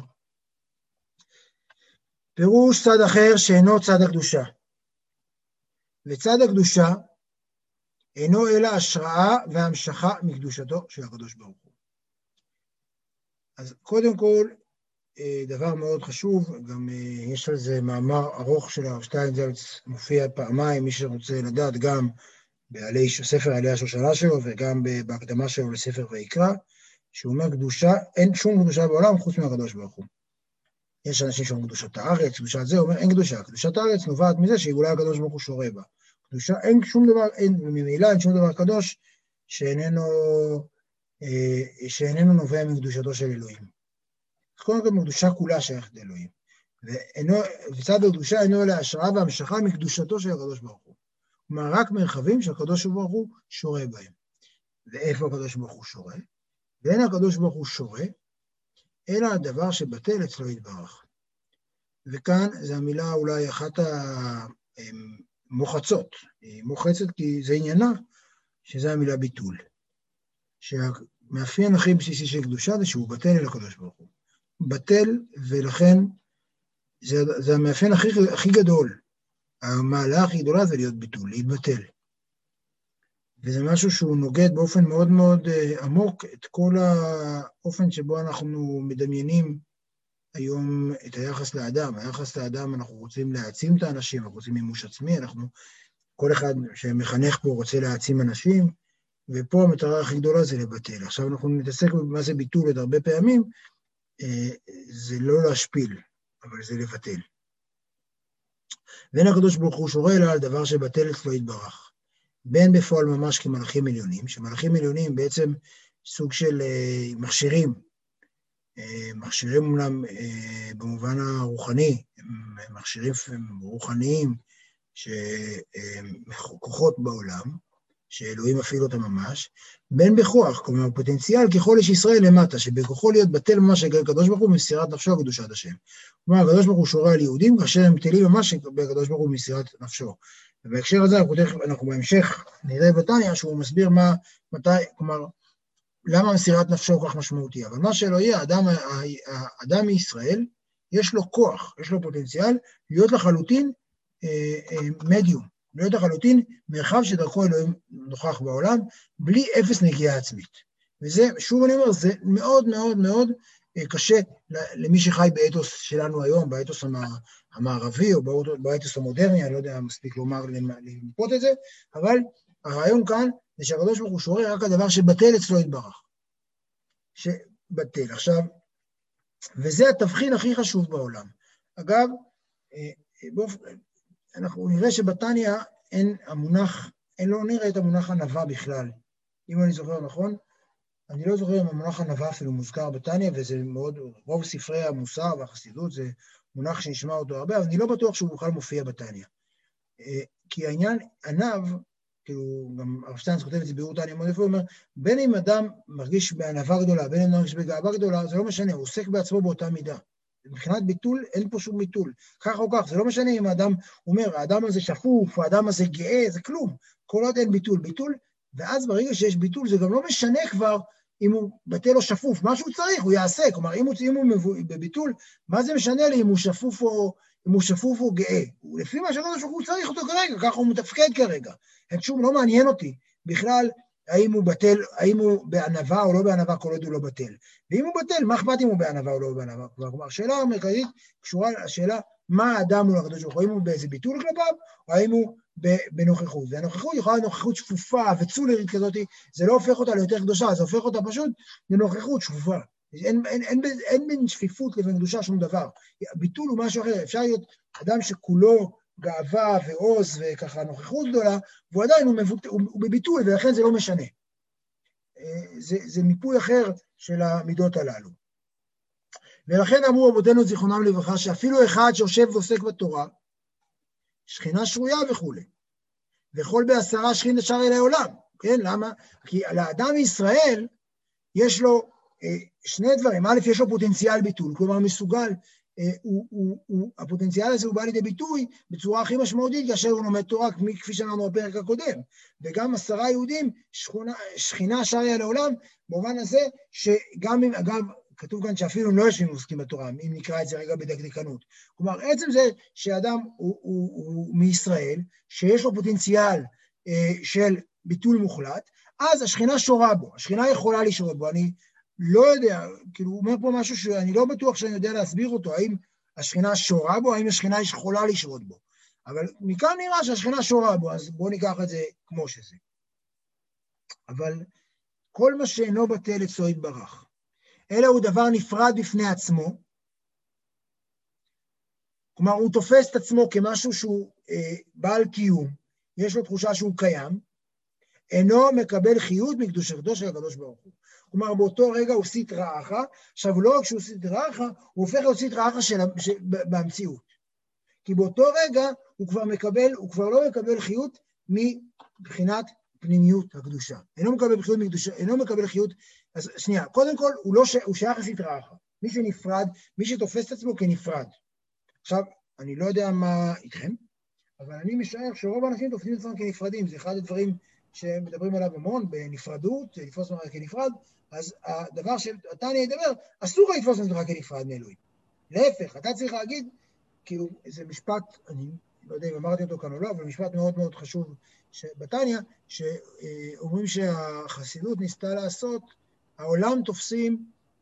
פירוש צד אחר שאינו צד הקדושה. וצד הקדושה אינו אלא השראה והמשכה מקדושתו של הקדוש ברוך הוא. אז קודם כל, דבר מאוד חשוב, גם יש על זה מאמר ארוך של הרב שטיינזלץ, מופיע פעמיים, מי שרוצה לדעת, גם בעלי ספר עלי השושנה שלו, וגם בהקדמה שלו לספר ויקרא, שהוא אומר קדושה, אין שום קדושה בעולם חוץ מהקדוש ברוך הוא. יש אנשים שאומרים קדושת הארץ, קדושת זה, הוא אומר אין קדושה, קדושת הארץ נובעת מזה שאולי הקדוש ברוך הוא שורה בה. קדושה, אין שום דבר, אין, ממילא אין שום דבר קדוש שאיננו, שאיננו נובע מקדושתו של אלוהים. קודם כל, מקדושה כולה שייכת לאלוהים. וצד הקדושה אינו אלא השראה והמשכה מקדושתו של הקדוש ברוך הוא. כלומר, רק מרחבים שהקדוש ברוך הוא שורה בהם. ואיפה הקדוש ברוך הוא שורה? ואין הקדוש ברוך הוא שורה, אלא הדבר שבטל אצלו יתברך. וכאן זו המילה אולי אחת המוחצות. היא מוחצת כי זה עניינה, שזו המילה ביטול. שהמאפיין הכי בסיסי של קדושה זה שהוא בטל אל הקדוש ברוך הוא. בטל, ולכן זה, זה המאפיין הכי, הכי גדול. המעלה הכי גדולה זה להיות ביטול, להתבטל. וזה משהו שהוא נוגד באופן מאוד מאוד עמוק את כל האופן שבו אנחנו מדמיינים היום את היחס לאדם. היחס לאדם, אנחנו רוצים להעצים את האנשים, אנחנו רוצים מימוש עצמי, אנחנו, כל אחד שמחנך פה רוצה להעצים אנשים, ופה המטרה הכי גדולה זה לבטל. עכשיו אנחנו נתעסק במה זה ביטול עוד הרבה פעמים, זה לא להשפיל, אבל זה לבטל. ואין הקדוש ברוך הוא שורה אלא על דבר שבטל אצלו יתברך. בין בפועל ממש כמלאכים עליונים, שמלאכים עליונים בעצם סוג של מכשירים, מכשירים אומנם במובן הרוחני, מכשירים רוחניים שכוחות בעולם, שאלוהים מפעיל אותם ממש, בין בכוח, כלומר פוטנציאל ככל איש ישראל למטה, שבכוחו להיות בטל ממש הקדוש ברוך הוא מסירת נפשו וקדושת השם. כלומר, הקדוש ברוך הוא שורה על יהודים, כאשר הם בטלים ממש הקדוש ברוך הוא מסירת נפשו. ובהקשר הזה, אנחנו בהמשך נראה בתניא, שהוא מסביר מה, מתי, כלומר, למה מסירת נפשו כל כך משמעותי. אבל מה שלא יהיה, האדם, האדם מישראל, יש לו כוח, יש לו פוטנציאל, להיות לחלוטין אה, אה, מדיום. להיות לחלוטין מרחב שדרכו אלוהים נוכח בעולם, בלי אפס נגיעה עצמית. וזה, שוב אני אומר, זה מאוד מאוד מאוד קשה למי שחי באתוס שלנו היום, באתוס המערבי או באתוס המודרני, אני לא יודע מספיק לומר, למפות את זה, אבל הרעיון כאן זה שהקדוש ברוך הוא שורה רק הדבר שבטל אצלו יתברך. שבטל. עכשיו, וזה התבחין הכי חשוב בעולם. אגב, באופן... אנחנו נראה שבתניא אין המונח, אין לא נראה את המונח ענווה בכלל. אם אני זוכר נכון, אני לא זוכר אם המונח ענווה אפילו מוזכר בתניא, וזה מאוד, רוב ספרי המוסר והחסידות זה מונח שנשמע אותו הרבה, אבל אני לא בטוח שהוא בכלל מופיע בתניא. כי העניין ענב, כאילו, גם הרב שטיינץ כותב את זה ביאור תניא מאוד יפה, הוא אומר, בין אם אדם מרגיש בענווה גדולה, בין אם מרגיש בגאווה גדולה, זה לא משנה, הוא עוסק בעצמו באותה מידה. מבחינת ביטול, אין פה שום ביטול. כך או כך, זה לא משנה אם האדם אומר, האדם הזה שפוף, האדם הזה גאה, זה כלום. כל עוד אין ביטול. ביטול, ואז ברגע שיש ביטול, זה גם לא משנה כבר אם הוא בטל או שפוף. מה שהוא צריך, הוא יעשה. כלומר, אם הוא, אם הוא בביטול, מה זה משנה לי אם הוא שפוף או, אם הוא שפוף או גאה? לפי מה שקודש הוא צריך אותו כרגע, ככה הוא מתפקד כרגע. אין שום, לא מעניין אותי. בכלל, האם הוא בטל, האם הוא בענווה או לא בענווה, כל עוד הוא לא בטל. ואם הוא בטל, מה אכפת אם הוא בענווה או לא בענווה? כלומר, השאלה המרכזית קשורה לשאלה מה האדם מול הקדוש ברוך הוא, האם הוא באיזה ביטול כלפיו, או האם הוא בנוכחות. והנוכחות יכולה להיות נוכחות שפופה וצולרית כזאת, זה לא הופך אותה ליותר קדושה, זה הופך אותה פשוט לנוכחות שפופה. אין, אין, אין, אין בין שפיפות לבין קדושה שום דבר. ביטול הוא משהו אחר, אפשר להיות אדם שכולו גאווה ועוז וככה נוכחות גדולה, והוא עדיין הוא, מבוט... הוא, הוא בביטול, ולכן זה לא משנה. זה, זה מיפוי אחר של המידות הללו. ולכן אמרו רבותינו זיכרונם לברכה, שאפילו אחד שיושב ועוסק בתורה, שכינה שרויה וכו'. וכל בעשרה שכין נשר אל העולם. כן, למה? כי לאדם מישראל יש לו אה, שני דברים. א', יש לו פוטנציאל ביטול, כלומר מסוגל, אה, הוא, הוא, הוא, הפוטנציאל הזה הוא בא לידי ביטוי בצורה הכי משמעותית, כאשר הוא לומד תורה, כפי שאמרנו בפרק הקודם. וגם עשרה יהודים, שכונה, שכינה שריה אל העולם, במובן הזה שגם אם, אגב, כתוב כאן שאפילו לא יושבים ועוסקים בתורה, אם נקרא את זה רגע בדקדקנות. כלומר, עצם זה שאדם הוא, הוא, הוא מישראל, שיש לו פוטנציאל אה, של ביטול מוחלט, אז השכינה שורה בו, השכינה יכולה לשרות בו. אני לא יודע, כאילו הוא אומר פה משהו שאני לא בטוח שאני יודע להסביר אותו, האם השכינה שורה בו, האם השכינה יכולה לשרות בו. אבל מכאן נראה שהשכינה שורה בו, אז בואו ניקח את זה כמו שזה. אבל כל מה שאינו בטל אצלו יתברך, אלא הוא דבר נפרד בפני עצמו, כלומר הוא תופס את עצמו כמשהו שהוא אה, בעל קיום, יש לו תחושה שהוא קיים, אינו מקבל חיות מקדושתו של הקדוש ברוך הוא. כלומר באותו רגע הוא סטרא אחרא, עכשיו לא רק שהוא סטרא אחרא, הוא הופך להיות סטרא אחרא של, של, במציאות. כי באותו רגע הוא כבר מקבל, הוא כבר לא מקבל חיות מבחינת פנימיות הקדושה. אינו מקבל חיות מקדושה, אינו מקבל חיות, אז שנייה, קודם כל הוא, לא ש... הוא שייך לסטרא אחרא, מי שנפרד, מי שתופס את עצמו כנפרד. עכשיו, אני לא יודע מה איתכם, אבל אני משער שרוב האנשים תופסים את עצמם כנפרדים, זה אחד הדברים שמדברים עליו המון, בנפרדות, לתפוס אותך כנפרד, אז הדבר שהתניא ידבר, אסור לתפוס אותך כנפרד מאלוהים. להפך, אתה צריך להגיד, כאילו, איזה משפט, אני לא יודע אם אמרתי אותו כאן או לא, אבל משפט מאוד מאוד חשוב בתניא, שאומרים שהחסידות ניסתה לעשות, העולם תופסים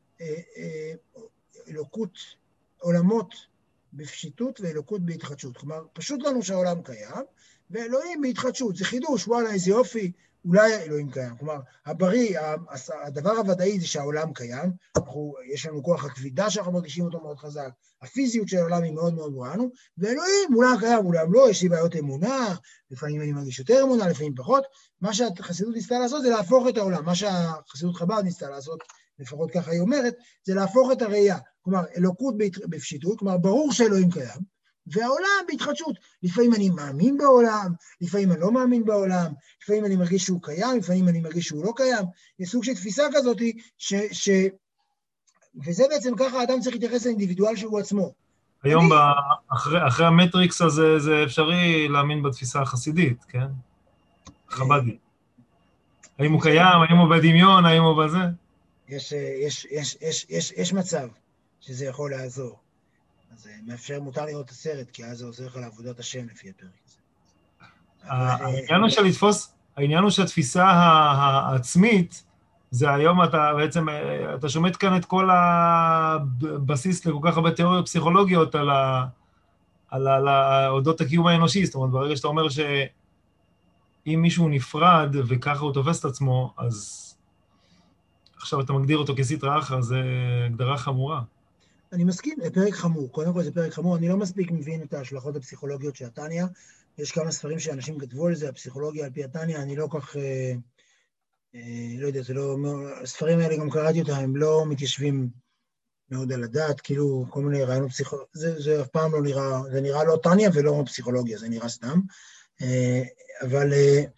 אלוקות, עולמות בפשיטות ואלוקות בהתחדשות. כלומר, פשוט לנו שהעולם קיים, ואלוהים בהתחדשות. זה חידוש, וואלה, איזה יופי, אולי אלוהים קיים. כלומר, הבריא, הדבר הוודאי זה שהעולם קיים, אנחנו, יש לנו כוח הכבידה שאנחנו מרגישים אותו מאוד חזק, הפיזיות של העולם היא מאוד מאוד ברורה לנו, ואלוהים אולי קיים, אולי לא, יש לי בעיות אמונה, לפעמים אני מרגיש יותר אמונה, לפעמים פחות. מה שהחסידות ניסתה לעשות זה להפוך את העולם, מה שהחסידות חב"ד ניסתה לעשות, לפחות ככה היא אומרת, זה להפוך את הראייה. כלומר, אלוקות בפשיטות, כלומר, ברור שאלוהים קיים, והעולם בהתחדשות. לפעמים אני מאמין בעולם, לפעמים אני לא מאמין בעולם, לפעמים אני מרגיש שהוא קיים, לפעמים אני מרגיש שהוא לא קיים. יש סוג של תפיסה כזאת, ש... ש... וזה בעצם ככה האדם צריך להתייחס לאינדיבידואל שהוא עצמו. היום אני... אחרי, אחרי המטריקס הזה, זה אפשרי להאמין בתפיסה החסידית, כן? חב"דית. האם הוא קיים, האם הוא בדמיון, האם הוא בזה? יש, יש, יש, יש, יש, יש מצב שזה יכול לעזור. אז מאפשר, מותר לראות את הסרט, כי אז זה עוזר לך לעבודת השם לפי הפרק הזה. העניין הוא של לתפוס, העניין הוא שהתפיסה העצמית, זה היום אתה בעצם, אתה שומט כאן את כל הבסיס לכל כך הרבה תיאוריות פסיכולוגיות על ה... על אודות הקיום האנושי, זאת אומרת, ברגע שאתה אומר שאם מישהו נפרד וככה הוא תופס את עצמו, אז עכשיו אתה מגדיר אותו כסטרא אחרא, זה הגדרה חמורה. אני מסכים, זה פרק חמור, קודם כל זה פרק חמור, אני לא מספיק מבין את ההשלכות הפסיכולוגיות של התניא, יש כמה ספרים שאנשים כתבו על זה, הפסיכולוגיה על פי התניא, אני לא כך, אה, אה, לא יודע, זה לא, הספרים האלה גם קראתי אותם, הם לא מתיישבים מאוד על הדעת, כאילו כל מיני רעיונות פסיכולוגיה, זה, זה אף פעם לא נראה, זה נראה לא תניא ולא פסיכולוגיה, זה נראה סתם, אה, אבל אה,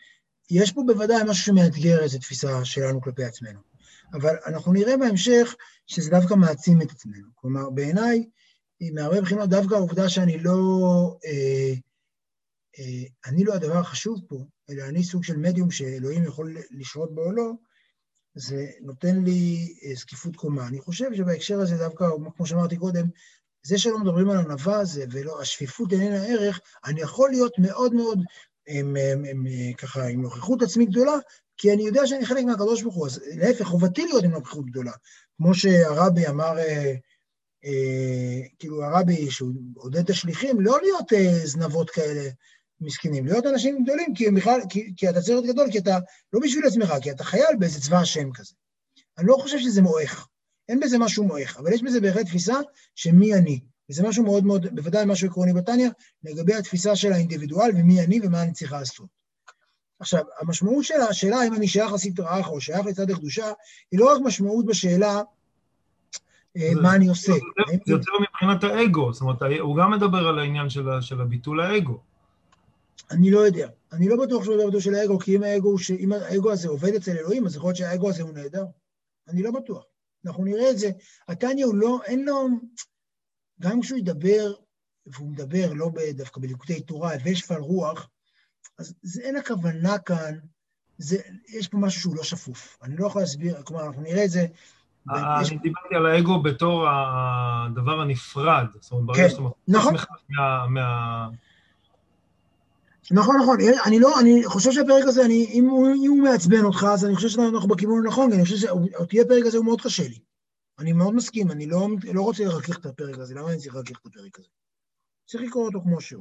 יש פה בוודאי משהו שמאתגר איזו תפיסה שלנו כלפי עצמנו. אבל אנחנו נראה בהמשך שזה דווקא מעצים את עצמנו. כלומר, בעיניי, מהרבה בחינות דווקא העובדה שאני לא, אה, אה, אני לא הדבר החשוב פה, אלא אני סוג של מדיום שאלוהים יכול לשרות בו או לא, זה נותן לי אה, זקיפות קומה. אני חושב שבהקשר הזה דווקא, כמו שאמרתי קודם, זה שלא מדברים על ענווה הזה, ולא, השפיפות איננה ערך, אני יכול להיות מאוד מאוד, הם, הם, הם, ככה, עם נוכחות עצמי גדולה, כי אני יודע שאני חלק מהקדוש ברוך הוא, אז להפך, חובתי להיות עם נוכחות גדולה. כמו שהרבי אמר, אה, אה, כאילו הרבי שהוא עודד את השליחים, לא להיות אה, זנבות כאלה מסכנים, להיות אנשים גדולים, כי, בכלל, כי, כי אתה צריך להיות גדול, כי אתה לא בשביל עצמך, כי אתה חייל באיזה צבא השם כזה. אני לא חושב שזה מועך, אין בזה משהו מועך, אבל יש בזה בהחלט תפיסה שמי אני. וזה משהו מאוד מאוד, בוודאי משהו עקרוני בתניא, לגבי התפיסה של האינדיבידואל ומי אני ומה אני צריכה לעשות. עכשיו, המשמעות של השאלה, אם אני שייך לסטרא אחרא או שייך לצד הקדושה, היא לא רק משמעות בשאלה מה אני עושה. זה יותר מבחינת האגו, זאת אומרת, הוא גם מדבר על העניין של הביטול האגו. אני לא יודע. אני לא בטוח שהוא מדבר ביטול של האגו, כי אם האגו הזה עובד אצל אלוהים, אז יכול להיות שהאגו הזה הוא נהדר. אני לא בטוח. אנחנו נראה את זה. התניא הוא לא, אין לו, גם כשהוא ידבר, והוא מדבר לא דווקא בליקוטי תורה, ושפל רוח, אז זה אין הכוונה כאן, זה, יש פה משהו שהוא לא שפוף. אני לא יכול להסביר, כלומר, אנחנו נראה את זה. אני דיברתי על האגו בתור הדבר הנפרד. זאת אומרת, ברגע שאתה נכון. שמח מה... נכון, נכון. אני לא, אני חושב שהפרק הזה, אני, אם הוא, אם הוא מעצבן אותך, אז אני חושב שאנחנו בכיוון הנכון, אני חושב שאותי הפרק הזה הוא מאוד קשה לי. אני מאוד מסכים, אני לא, לא רוצה לרכך את הפרק הזה. למה אני צריך לרכך את הפרק הזה? צריך לקרוא אותו כמו שהוא.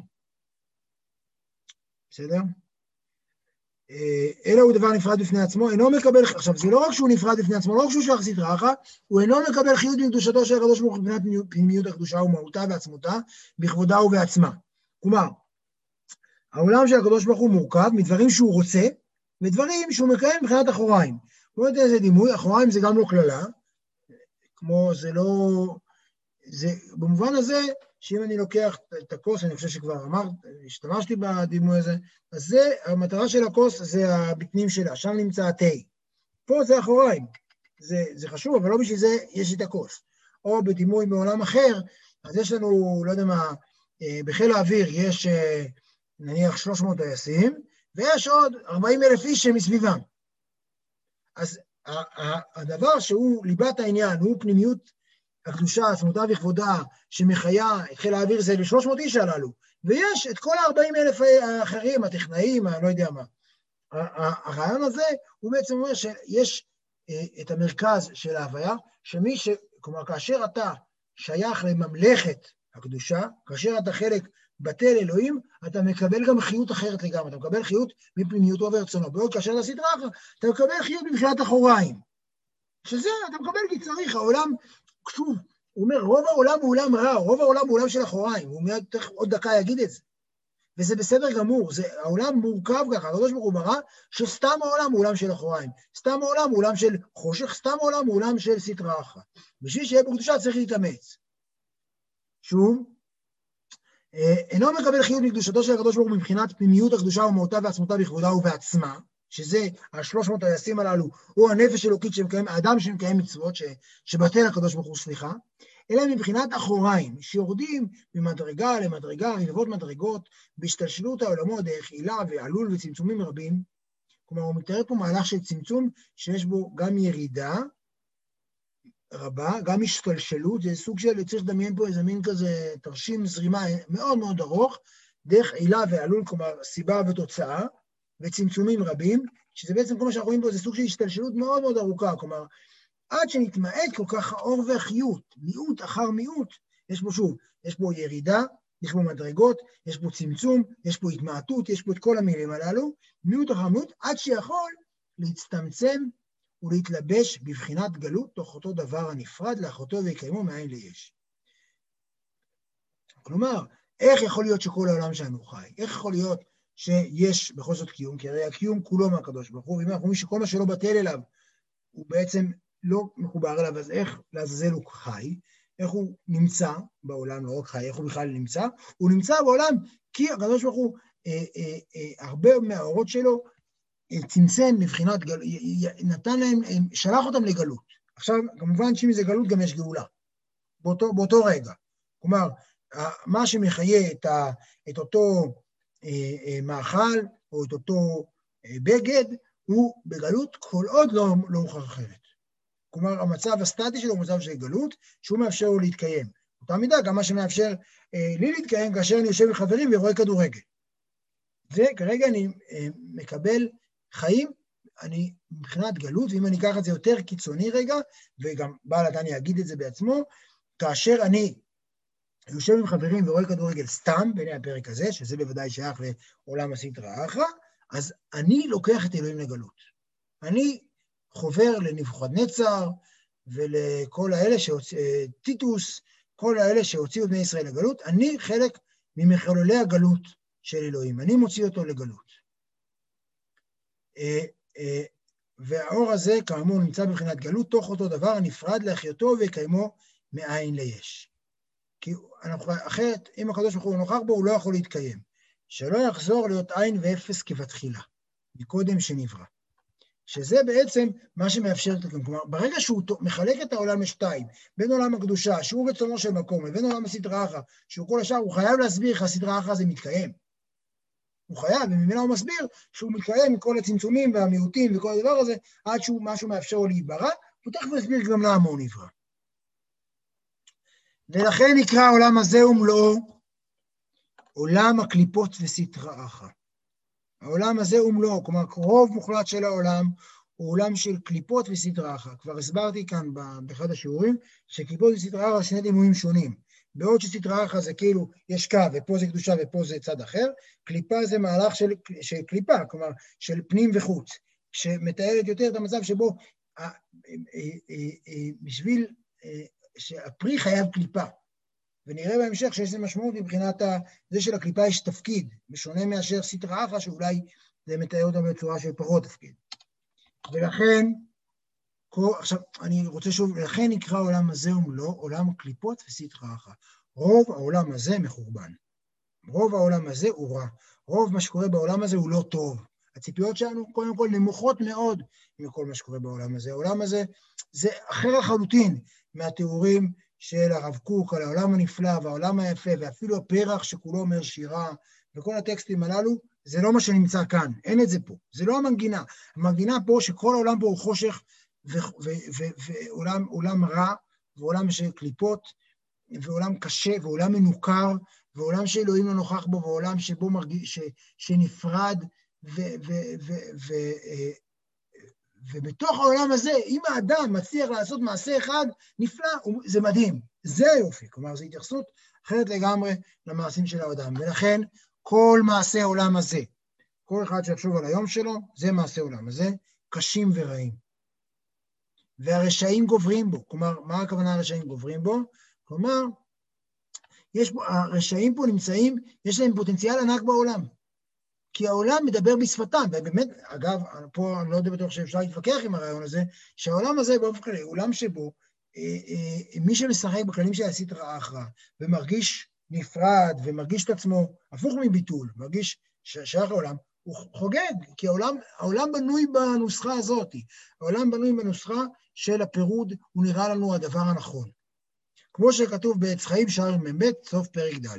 בסדר? אלא הוא דבר נפרד בפני עצמו, אינו מקבל, עכשיו זה לא רק שהוא נפרד בפני עצמו, לא רק שהוא שייך סטרא אחרא, הוא אינו מקבל חיות מקדושתו של הקדוש ברוך הוא מבחינת פנימיות הקדושה ומהותה ועצמותה, בכבודה ובעצמה. כלומר, העולם של הקדוש ברוך הוא מורכב מדברים שהוא רוצה, ודברים שהוא מקיים מבחינת אחוריים. כמו יודע איזה דימוי, אחוריים זה גם לא כללה, כמו זה לא, זה במובן הזה, שאם אני לוקח את הכוס, אני חושב שכבר אמרת, השתמשתי בדימוי הזה, אז זה, המטרה של הכוס זה הבטנים שלה, שם נמצא התה. פה זה אחוריים, זה, זה חשוב, אבל לא בשביל זה יש את הכוס. או בדימוי מעולם אחר, אז יש לנו, לא יודע מה, בחיל האוויר יש נניח שלוש מאות טייסים, ויש עוד ארבעים אלף איש שמסביבם. אז הדבר שהוא ליבת העניין, הוא פנימיות הקדושה, עצמותה וכבודה, שמחיה את חיל האוויר זה ל-שלוש מאות איש הללו, ויש את כל ה-ארבעים אלף האחרים, הטכנאים, אני לא יודע מה. הרעיון הזה הוא בעצם אומר שיש את המרכז של ההוויה, שמי ש... כלומר, כאשר אתה שייך לממלכת הקדושה, כאשר אתה חלק בטל אלוהים, אתה מקבל גם חיות אחרת לגמרי, אתה מקבל חיות מפנימיותו ורצונו, בעוד כאשר אתה סטרא אחרא, אתה מקבל חיות מבחינת אחוריים. שזה, אתה מקבל כי צריך, העולם, שוב, הוא אומר, רוב העולם הוא עולם רע, רוב העולם הוא עולם של אחוריים, הוא מיד עוד דקה יגיד את זה. וזה בסדר גמור, זה, העולם מורכב ככה, הקדוש ברוך הוא ברא, שסתם העולם הוא עולם של אחוריים, סתם העולם הוא עולם של חושך, סתם העולם הוא עולם של סטרא אחרא. בשביל שיהיה בקדושה צריך להתאמץ. שוב, אינו מקבל חיות מקדושתו של הקדוש ברוך הוא מבחינת פנימיות הקדושה ומהותה ועצמותה בכבודה ובעצמה, שזה ה-שלוש מאות טייסים הללו, הוא הנפש אלוקית שמקיים, האדם שמקיים מצוות, ש, שבטל הקדוש ברוך הוא סליחה, אלא מבחינת אחוריים, שיורדים ממדרגה למדרגה, רבבות מדרגות, בהשתלשלות העולמות, דרך עילה ועלול וצמצומים רבים. כלומר, הוא מתאר פה מהלך של צמצום, שיש בו גם ירידה רבה, גם השתלשלות, זה סוג של, צריך לדמיין פה איזה מין כזה, תרשים זרימה מאוד מאוד ארוך, דרך עילה ועלול, כלומר, סיבה ותוצאה, וצמצומים רבים, שזה בעצם, כמו שאנחנו רואים פה, זה סוג של השתלשלות מאוד מאוד ארוכה, כלומר, עד שנתמעט כל כך האור והחיות, מיעוט אחר מיעוט, יש פה שוב, יש פה ירידה, יש פה מדרגות, יש פה צמצום, יש פה התמעטות, יש פה את כל המילים הללו, מיעוט אחר מיעוט, עד שיכול להצטמצם ולהתלבש בבחינת גלות תוך אותו דבר הנפרד לאחותו ויקיימו מאין ליש. כלומר, איך יכול להיות שכל העולם שלנו חי? איך יכול להיות שיש בכל זאת קיום? כי הרי הקיום כולו מהקדוש ברוך הוא, ואם אנחנו אומרים שכל מה שלא בטל אליו, הוא בעצם לא מחובר אליו, אז איך לעזאזל הוא חי? איך הוא נמצא בעולם, לא רק חי, איך הוא בכלל נמצא? הוא נמצא בעולם כי הקדוש ברוך הוא, אה, אה, אה, הרבה מהאורות שלו צמצם מבחינת, גל... נתן להם, שלח אותם לגלות. עכשיו, כמובן שאם זה גלות גם יש גאולה, באותו, באותו רגע. כלומר, מה שמחיה את, ה... את אותו אה, אה, מאכל, או את אותו אה, בגד, הוא בגלות כל עוד לא, לא הוכח אחרת. כלומר, המצב הסטטי שלו הוא מצב של גלות, שהוא מאפשר לו להתקיים. אותה מידה, גם מה שמאפשר אה, לי להתקיים, כאשר אני יושב עם חברים ורואה כדורגל. וכרגע אני אה, מקבל חיים, אני מבחינת גלות, ואם אני אקח את זה יותר קיצוני רגע, וגם בעל התניא יגיד את זה בעצמו, כאשר אני יושב עם חברים ורואה כדורגל סתם, בין הפרק הזה, שזה בוודאי שייך לעולם הסטרא אחרא, אז אני לוקח את אלוהים לגלות. אני חובר לנבוכדנצר, ולכל האלה שהוציאו, טיטוס, כל האלה שהוציאו בני ישראל לגלות, אני חלק ממחוללי הגלות של אלוהים, אני מוציא אותו לגלות. והאור הזה, כאמור, נמצא בבחינת גלות, תוך אותו דבר, נפרד להחיותו ויקיימו מאין ליש. כי אנחנו, אחרת, אם הקדוש ברוך הוא נוכח בו, הוא לא יכול להתקיים. שלא יחזור להיות עין ואפס כבתחילה, מקודם שנברא. שזה בעצם מה שמאפשר את זה. כלומר, ברגע שהוא מחלק את העולם לשתיים, בין עולם הקדושה, שהוא רצונו של מקום, לבין עולם הסטרא אחרא, שהוא כל השאר, הוא חייב להסביר איך הסטרא אחרא זה מתקיים. הוא חייב, וממילא הוא מסביר שהוא מתקיים מכל הצמצומים והמיעוטים וכל הדבר הזה, עד שהוא משהו מאפשר לו להיברא, הוא תכף מסביר גם למה הוא נברא. ולכן נקרא העולם הזה ומלואו, עולם הקליפות וסטרא אחרא. העולם הזה ומלואו, כלומר, רוב מוחלט של העולם, הוא עולם של קליפות וסטרא אחרא. כבר הסברתי כאן באחד השיעורים, שקליפות וסטרא אחרא שני דימויים שונים. בעוד שסטרא אחרא זה כאילו, יש קו, ופה זה קדושה ופה זה צד אחר, קליפה זה מהלך של, של קליפה, כלומר, של פנים וחוץ, שמתארת יותר את המצב שבו, בשביל שהפרי חייב קליפה. ונראה בהמשך שיש זה משמעות מבחינת זה של הקליפה יש תפקיד, בשונה מאשר סטרא אחרא, שאולי זה מתאר אותה בצורה של פחות תפקיד. ולכן, עכשיו, אני רוצה שוב, לכן נקרא העולם הזה ומלואו, עולם קליפות וסטרא אחרא. רוב העולם הזה מחורבן. רוב העולם הזה הוא רע. רוב מה שקורה בעולם הזה הוא לא טוב. הציפיות שלנו, קודם כל, נמוכות מאוד מכל מה שקורה בעולם הזה. העולם הזה זה אחר לחלוטין מהתיאורים של הרב קוק על העולם הנפלא והעולם היפה, ואפילו הפרח שכולו אומר שירה, וכל הטקסטים הללו, זה לא מה שנמצא כאן. אין את זה פה. זה לא המנגינה. המנגינה פה שכל העולם פה הוא חושך, ועולם רע, ועולם של קליפות, ועולם קשה, ועולם מנוכר, ועולם שאלוהים לא נוכח בו, ועולם שבו מרגיש, שנפרד, ובתוך העולם הזה, אם האדם מצליח לעשות מעשה אחד נפלא, זה מדהים, זה היופי, כלומר, זו התייחסות אחרת לגמרי למעשים של האדם, ולכן כל מעשה העולם הזה, כל אחד שיחשוב על היום שלו, זה מעשה העולם הזה, קשים ורעים. והרשעים גוברים בו, כלומר, מה הכוונה הרשעים גוברים בו? כלומר, יש בו, הרשעים פה נמצאים, יש להם פוטנציאל ענק בעולם, כי העולם מדבר בשפתם, ובאמת, אגב, פה אני לא יודע בטוח שאפשר להתווכח עם הרעיון הזה, שהעולם הזה באופן כללי, עולם שבו, אה, אה, מי שמשחק בכללים של הסטרא אחרא, ומרגיש נפרד, ומרגיש את עצמו, הפוך מביטול, מרגיש שייך לעולם, הוא חוגג, כי העולם, העולם בנוי בנוסחה הזאת, העולם בנוי בנוסחה של הפירוד, הוא נראה לנו הדבר הנכון. כמו שכתוב בעץ חיים שער מ"ב, סוף פרק ד'.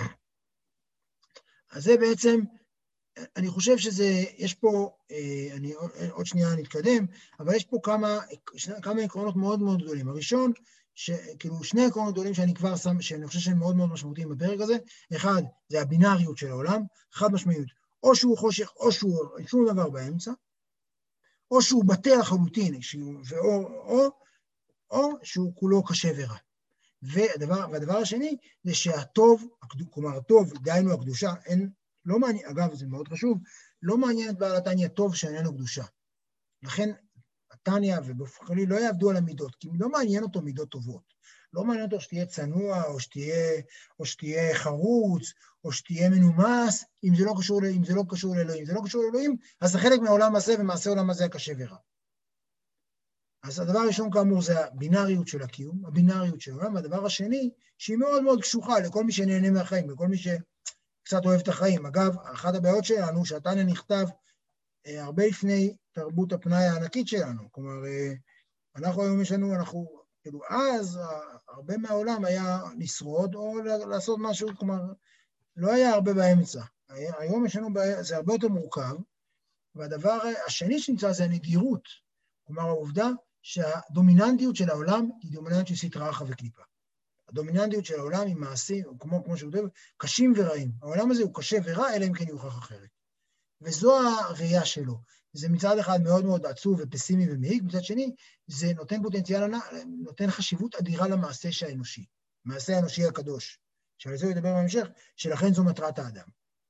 אז זה בעצם, אני חושב שזה, יש פה, אני עוד שנייה נתקדם, אבל יש פה כמה, כמה עקרונות מאוד מאוד גדולים. הראשון, כאילו שני עקרונות גדולים שאני כבר שם, שאני חושב שהם מאוד מאוד משמעותיים בפרק הזה, אחד, זה הבינאריות של העולם, חד משמעיות, או שהוא חושך, או שהוא שום דבר באמצע, או שהוא בטל לחלוטין, או, או, או שהוא כולו קשה ורע. והדבר, והדבר השני, זה שהטוב, כלומר הטוב, דהיינו הקדושה, אין, לא מעניין, אגב, זה מאוד חשוב, לא מעניין את בעל התניא טוב שאיננו קדושה. לכן, התניא ובאופן כללי לא יעבדו על המידות, כי לא מעניין אותו מידות טובות. לא מעניין אותו שתהיה צנוע, או שתהיה, או שתהיה חרוץ, או שתהיה מנומס, אם זה לא קשור, אם זה לא קשור לאלוהים. אם זה לא קשור לאלוהים, אז זה חלק מהעולם הזה, ומעשה העולם הזה הקשה ורע. אז הדבר הראשון כאמור זה הבינאריות של הקיום, הבינאריות של העולם, והדבר השני, שהיא מאוד מאוד קשוחה לכל מי שנהנה מהחיים, לכל מי שקצת אוהב את החיים. אגב, אחת הבעיות שלנו, שהתניא נכתב הרבה לפני תרבות הפנאי הענקית שלנו. כלומר, אנחנו היום יש לנו, אנחנו, כאילו, אז הרבה מהעולם היה לשרוד או לעשות משהו, כלומר, לא היה הרבה באמצע. היום יש לנו, זה הרבה יותר מורכב, והדבר השני שנמצא זה הנדירות. כלומר, העובדה שהדומיננטיות של העולם היא דומיננטיות של סטרא אחרא וקליפה. הדומיננטיות של העולם היא מעשי, כמו, כמו שכותב, קשים ורעים. העולם הזה הוא קשה ורע, אלא אם כן יוכח אחרת. וזו הראייה שלו. זה מצד אחד מאוד מאוד עצוב ופסימי ומעיק, מצד שני, זה נותן פוטנציאל, נותן חשיבות אדירה למעשה האנושי, מעשה האנושי הקדוש, שעל זה הוא ידבר בהמשך, שלכן זו מטרת האדם.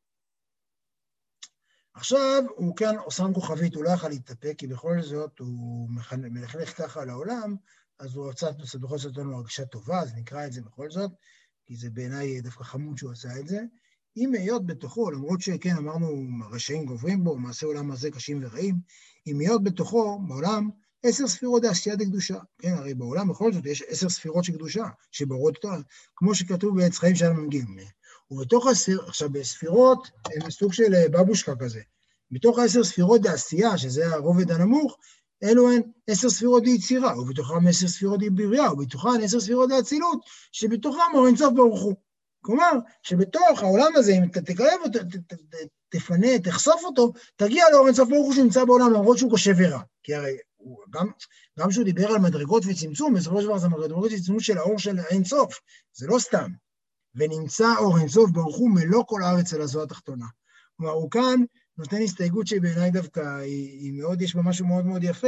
עכשיו, הוא כאן עושה כוכבית, הוא לא יכול להתאפק, כי בכל זאת הוא מלכלך ככה על העולם, אז הוא רצה, בכל זאת לנו הרגישה טובה, אז נקרא את זה בכל זאת, כי זה בעיניי דווקא חמוד שהוא עשה את זה. אם היות בתוכו, למרות שכן אמרנו, רשעים גוברים בו, מעשה עולם הזה קשים ורעים, אם היות בתוכו, בעולם, עשר ספירות דעשייה דקדושה. כן, הרי בעולם בכל זאת יש עשר ספירות של קדושה, שברות אותה, כמו שכתוב בעץ חיים שלנו מגיעים. ובתוך הספיר, עכשיו בספירות, הם סוג של בבושקה כזה. בתוך העשר ספירות דעשייה, שזה הרובד הנמוך, אלו הן עשר ספירות ליצירה, ובתוכם עשר ספירות לבריאה, ובתוכן עשר ספירות לאצילות, שבתוכם אור אין סוף ברוך הוא. כלומר, שבתוך העולם הזה, אם אתה תקרב אותו, תפנה, תחשוף אותו, תגיע לאור אין סוף ברוך הוא שנמצא בעולם, למרות שהוא קשה ורע. כי הרי הוא, גם, גם שהוא דיבר על מדרגות וצמצום, בסופו של דבר זה מדרגות וצמצום של האור של אין סוף, זה לא סתם. ונמצא אור אין סוף ברוך הוא מלוא כל הארץ על הזו התחתונה. כלומר, הוא כאן נותן הסתייגות שבעיניי דווקא היא, היא מאוד, יש בה משהו מאוד מאוד יפה,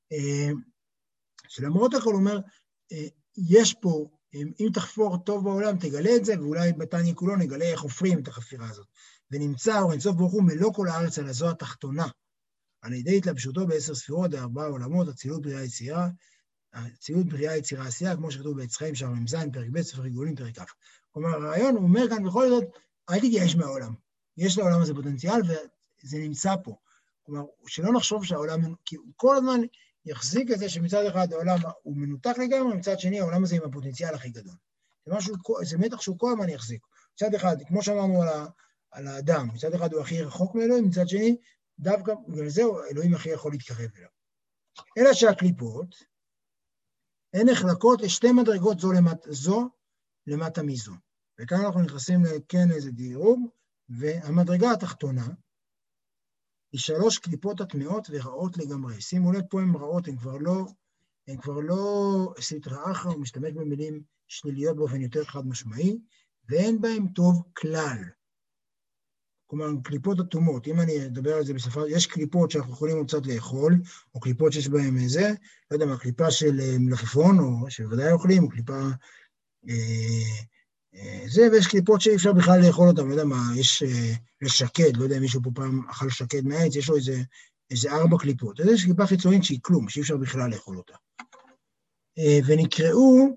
שלמרות הכל הוא אומר, יש פה, אם תחפור טוב בעולם, תגלה את זה, ואולי בתניא כולו נגלה איך חופרים את החפירה הזאת. ונמצא אור אין סוף ברוך הוא מלוא כל הארץ על הזו התחתונה, על ידי התלבשותו בעשר ספירות, בארבעה עולמות, אצילות בריאה יצירה, אצילות בריאה יצירה עשייה, כמו שכתוב בעץ חיים שער מ"ז, פרק ב', ספר עיגולים, פרק כ'. כלומר, הרעיון הוא אומר כאן בכל זאת, אל תתייאש מהעולם. יש לעולם הזה פוטנציאל, וזה נמצא פה. כלומר, שלא נחשוב שהעולם, כי הוא כל הזמן יחזיק את זה שמצד אחד העולם הוא מנותק לגמרי, מצד שני העולם הזה עם הפוטנציאל הכי גדול. זה משהו, זה מתח שהוא כל הזמן יחזיק. מצד אחד, כמו שאמרנו על, ה, על האדם, מצד אחד הוא הכי רחוק מאלוהים, מצד שני, דווקא בגלל זה אלוהים הכי יכול להתקרב אליו. אלא שהקליפות, הן נחלקות לשתי מדרגות זו למטה, זו למטה מזו. וכאן אנחנו נכנסים לכן איזה דירוג, והמדרגה התחתונה היא שלוש קליפות הטמעות ורעות לגמרי. שימו לב פה הן רעות, הן כבר לא, הן כבר לא סטרא אחרא, הוא משתמש במילים שליליות באופן יותר חד משמעי, ואין בהן טוב כלל. כלומר, קליפות אטומות, אם אני אדבר על זה בשפה, יש קליפות שאנחנו יכולים קצת לאכול, או קליפות שיש בהן איזה, לא יודע מה, קליפה של מלפפון, או שבוודאי אוכלים, או קליפה אה, אה, זה, ויש קליפות שאי אפשר בכלל לאכול אותן, לא יודע מה, יש אה, לשקד, לא יודע אם מישהו פה פעם אכל שקד מהעץ, יש לו איזה, איזה ארבע קליפות, אז יש קליפה חיצונית שהיא כלום, שאי אפשר בכלל לאכול אותה. אה, ונקראו,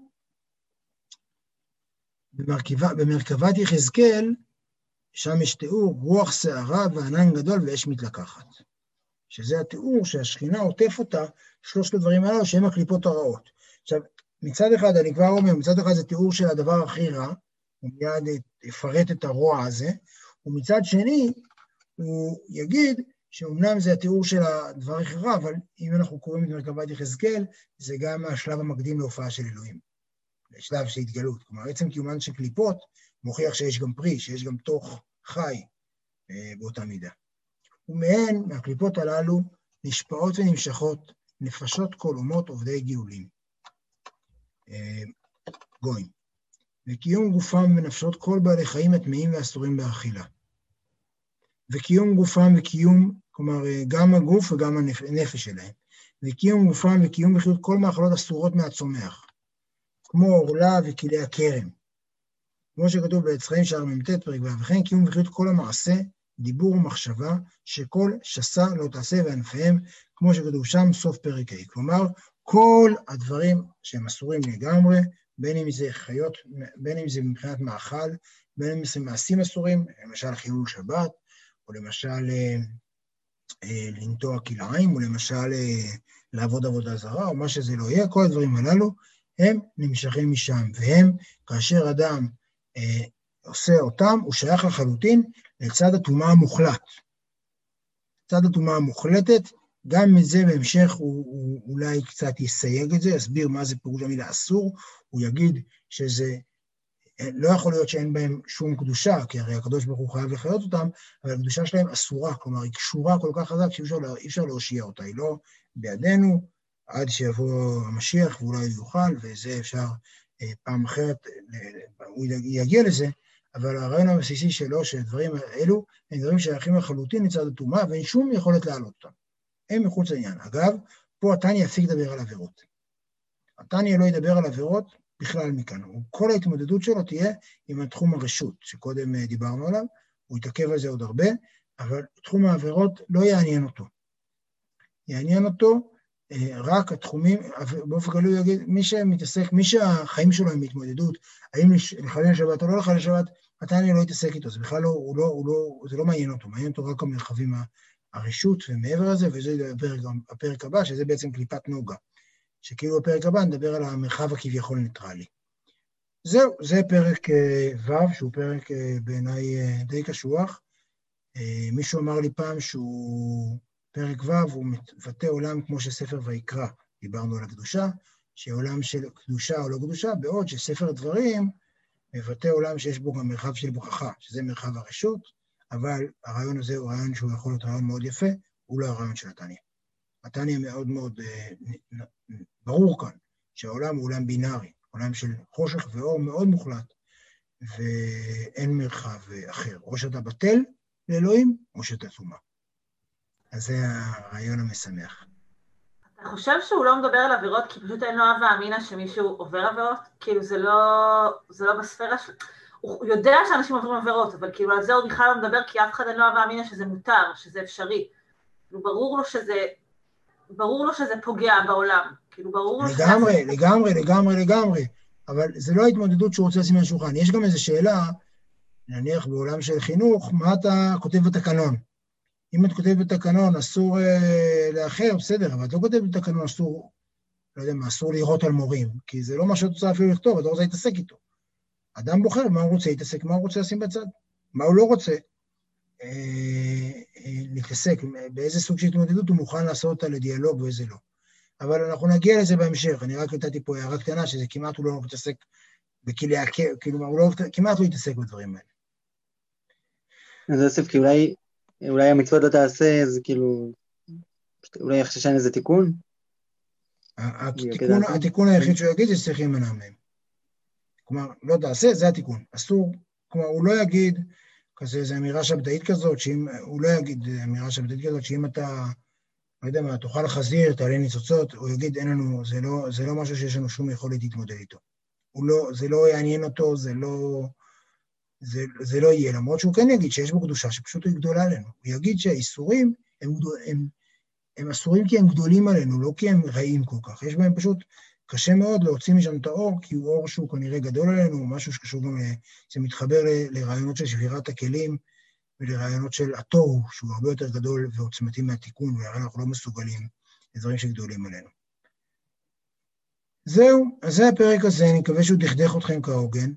במרכבה, במרכבת יחזקאל, שם יש תיאור רוח שערה וענן גדול ואש מתלקחת. שזה התיאור שהשכינה עוטף אותה, שלושת הדברים האלו שהם הקליפות הרעות. עכשיו, מצד אחד, אני כבר אומר, מצד אחד זה תיאור של הדבר הכי רע, הוא מיד יפרט את הרוע הזה, ומצד שני, הוא יגיד שאומנם זה התיאור של הדבר הכי רע, אבל אם אנחנו קוראים את מרכבת יחזקאל, זה גם השלב המקדים להופעה של אלוהים. שלב של התגלות. כלומר, עצם קיומן של קליפות, מוכיח שיש גם פרי, שיש גם תוך חי אה, באותה מידה. ומהן, מהקליפות הללו, נשפעות ונמשכות נפשות כל אומות עובדי גאולים. אה, גויים. וקיום גופם ונפשות כל בעלי חיים הטמאים ואסורים באכילה. וקיום גופם וקיום, כלומר, גם הגוף וגם הנפש שלהם. וקיום גופם וקיום וחיות כל מאכלות אסורות מהצומח. כמו עורלה וכלי הכרם. כמו שכתוב בעץ חיים שער מ"ט פרק ו', וכן קיום וחיות כל המעשה, דיבור ומחשבה, שכל שסה לא תעשה וענפיהם, כמו שכתוב שם סוף פרק ה'. כלומר, כל הדברים שהם אסורים לגמרי, בין אם זה חיות, בין אם זה מבחינת מאכל, בין אם זה מעשים אסורים, למשל חילול שבת, או למשל אה, אה, לנטוע כלאיים, או למשל אה, לעבוד עבודה זרה, או מה שזה לא יהיה, כל הדברים הללו, הם נמשכים משם, והם, כאשר אדם אה, עושה אותם, הוא שייך לחלוטין לצד הטומאה המוחלט. צד הטומאה המוחלטת, גם מזה בהמשך הוא, הוא אולי קצת יסייג את זה, יסביר מה זה פירוש המילה אסור, הוא יגיד שזה לא יכול להיות שאין בהם שום קדושה, כי הרי הקדוש ברוך הוא חייב לחיות אותם, אבל הקדושה שלהם אסורה, כלומר היא קשורה כל כך חזק שאי אפשר, אפשר להושיע אותה, היא לא בידינו, עד שיבוא המשיח ואולי הוא יוכל, וזה אפשר אה, פעם אחרת, הוא יגיע לזה, אבל הרעיון הבסיסי שלו, שהדברים האלו, הם דברים שייכים לחלוטין מצד הטומאה, ואין שום יכולת להעלות אותם. הם מחוץ לעניין. אגב, פה התניא יפסיק לדבר על עבירות. התניא לא ידבר על עבירות בכלל מכאן. כל ההתמודדות שלו תהיה עם התחום הרשות, שקודם דיברנו עליו, הוא יתעכב על זה עוד הרבה, אבל תחום העבירות לא יעניין אותו. יעניין אותו רק התחומים, באופן גלוי יגיד, מי שמתעסק, מי שהחיים שלו הם התמודדות, האם לחלל שבת או לא לחלל שבת, התניא לא יתעסק איתו, זה בכלל לא, הוא לא, הוא לא, זה לא מעניין אותו, מעניין אותו רק המרחבים הרשות ומעבר לזה, וזה הפרק, הפרק הבא, שזה בעצם קליפת נוגה, שכאילו הפרק הבא נדבר על המרחב הכביכול ניטרלי. זהו, זה פרק ו', שהוא פרק בעיניי די קשוח. מישהו אמר לי פעם שהוא פרק ו', הוא מבטא עולם כמו שספר ויקרא, דיברנו על הקדושה, שעולם של קדושה או לא קדושה, בעוד שספר דברים מבטא עולם שיש בו גם מרחב של ברכה, שזה מרחב הרשות, אבל הרעיון הזה הוא רעיון שהוא יכול להיות רעיון מאוד יפה, הוא לא הרעיון של התניא. התניא מאוד מאוד ברור כאן, שהעולם הוא עולם בינארי, עולם של חושך ואור מאוד מוחלט, ואין מרחב אחר. או שאתה בטל לאלוהים, או שאתה טומאה. אז זה הרעיון המשמח. אתה חושב שהוא לא מדבר על עבירות, כי פשוט אין לו הווה אמינא שמישהו עובר עבירות? כאילו זה לא, זה לא בספירה של... הוא יודע שאנשים עוברים עבירות, אבל כאילו על זה הוא בכלל לא מדבר, כי אף אחד אין לו הווה אמינא שזה מותר, שזה אפשרי. כאילו ברור לו שזה... ברור לו שזה פוגע בעולם, כאילו ברור לו שזה... לגמרי, לגמרי, לגמרי, לגמרי, אבל זה לא ההתמודדות שהוא רוצה לשים על השולחן. יש גם איזו שאלה, נניח בעולם של חינוך, מה אתה כותב בתקנון? אם את כותב בתקנון, אסור אה, לאחר, בסדר, אבל את לא כותב בתקנון, אסור, לא יודע מה, אסור לירות על מורים, כי זה לא מה שאת רוצה אפילו לכתוב, את לא רוצה להתעסק איתו. אדם בוחר מה הוא רוצה להתעסק, מה הוא רוצה לשים בצד, מה הוא לא רוצה. להתעסק, באיזה סוג של התמודדות הוא מוכן לעשות אותה לדיאלוג ואיזה לא. אבל אנחנו נגיע לזה בהמשך, אני רק נתתי פה הערה קטנה, שזה כמעט הוא לא מתעסק בכלי עקב, כאילו הוא לא, כמעט לא יתעסק בדברים האלה. אז יוסף, כי אולי, אולי המצוות לא תעשה, אז כאילו, אולי יחששן איזה תיקון? התיקון, התיקון היחיד שהוא יגיד, זה שצריך להימנע מהם. כלומר, לא תעשה, זה התיקון, אסור, כלומר, הוא לא יגיד, כזה, זו אמירה שבדאית כזאת, שאם, הוא לא יגיד אמירה שבדאית כזאת, שאם אתה, לא יודע מה, תאכל חזיר, תעלה ניצוצות, הוא יגיד, אין לנו, זה לא, זה לא משהו שיש לנו שום יכולת להתמודד איתו. הוא לא, זה לא יעניין אותו, זה לא, זה, זה לא יהיה, למרות שהוא כן יגיד שיש בו קדושה, שפשוט היא גדולה עלינו. הוא יגיד שהאיסורים הם, הם, הם אסורים כי הם גדולים עלינו, לא כי הם רעים כל כך. יש בהם פשוט קשה מאוד להוציא משם את האור, כי הוא אור שהוא כנראה גדול עלינו, משהו שקשור גם, זה מתחבר ל, לרעיונות של שבירת הכלים, ולרעיונות של התוהו, שהוא הרבה יותר גדול ועוצמתי מהתיקון, והרי אנחנו לא מסוגלים לדברים שגדולים עלינו. זהו, אז זה הפרק הזה, אני מקווה שהוא דכדך אתכם כהוגן,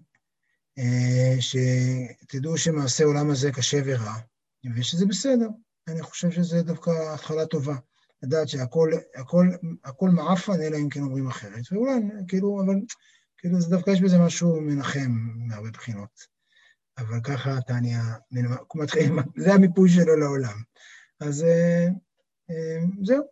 שתדעו שמעשה עולם הזה קשה ורע, ושזה בסדר, אני חושב שזה דווקא התחלה טובה, לדעת שהכל, הכל, הכל מעפן, אלא אם כן אומרים אחרת, ואולי, כאילו, אבל, כאילו, זה דווקא יש בזה משהו מנחם מהרבה בחינות, אבל ככה תניא, זה המיפוי שלו לעולם. אז זהו.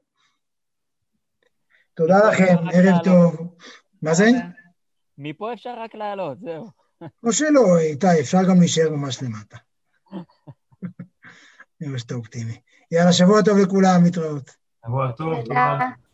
תודה לכם, ערב טוב. מה זה? מפה אפשר רק לעלות, זהו. או שלא, איתי, אפשר גם להישאר ממש למטה. זה מה שאתה אופטימי. יאללה, שבוע טוב לכולם, מתראות. שבוע טוב, תודה.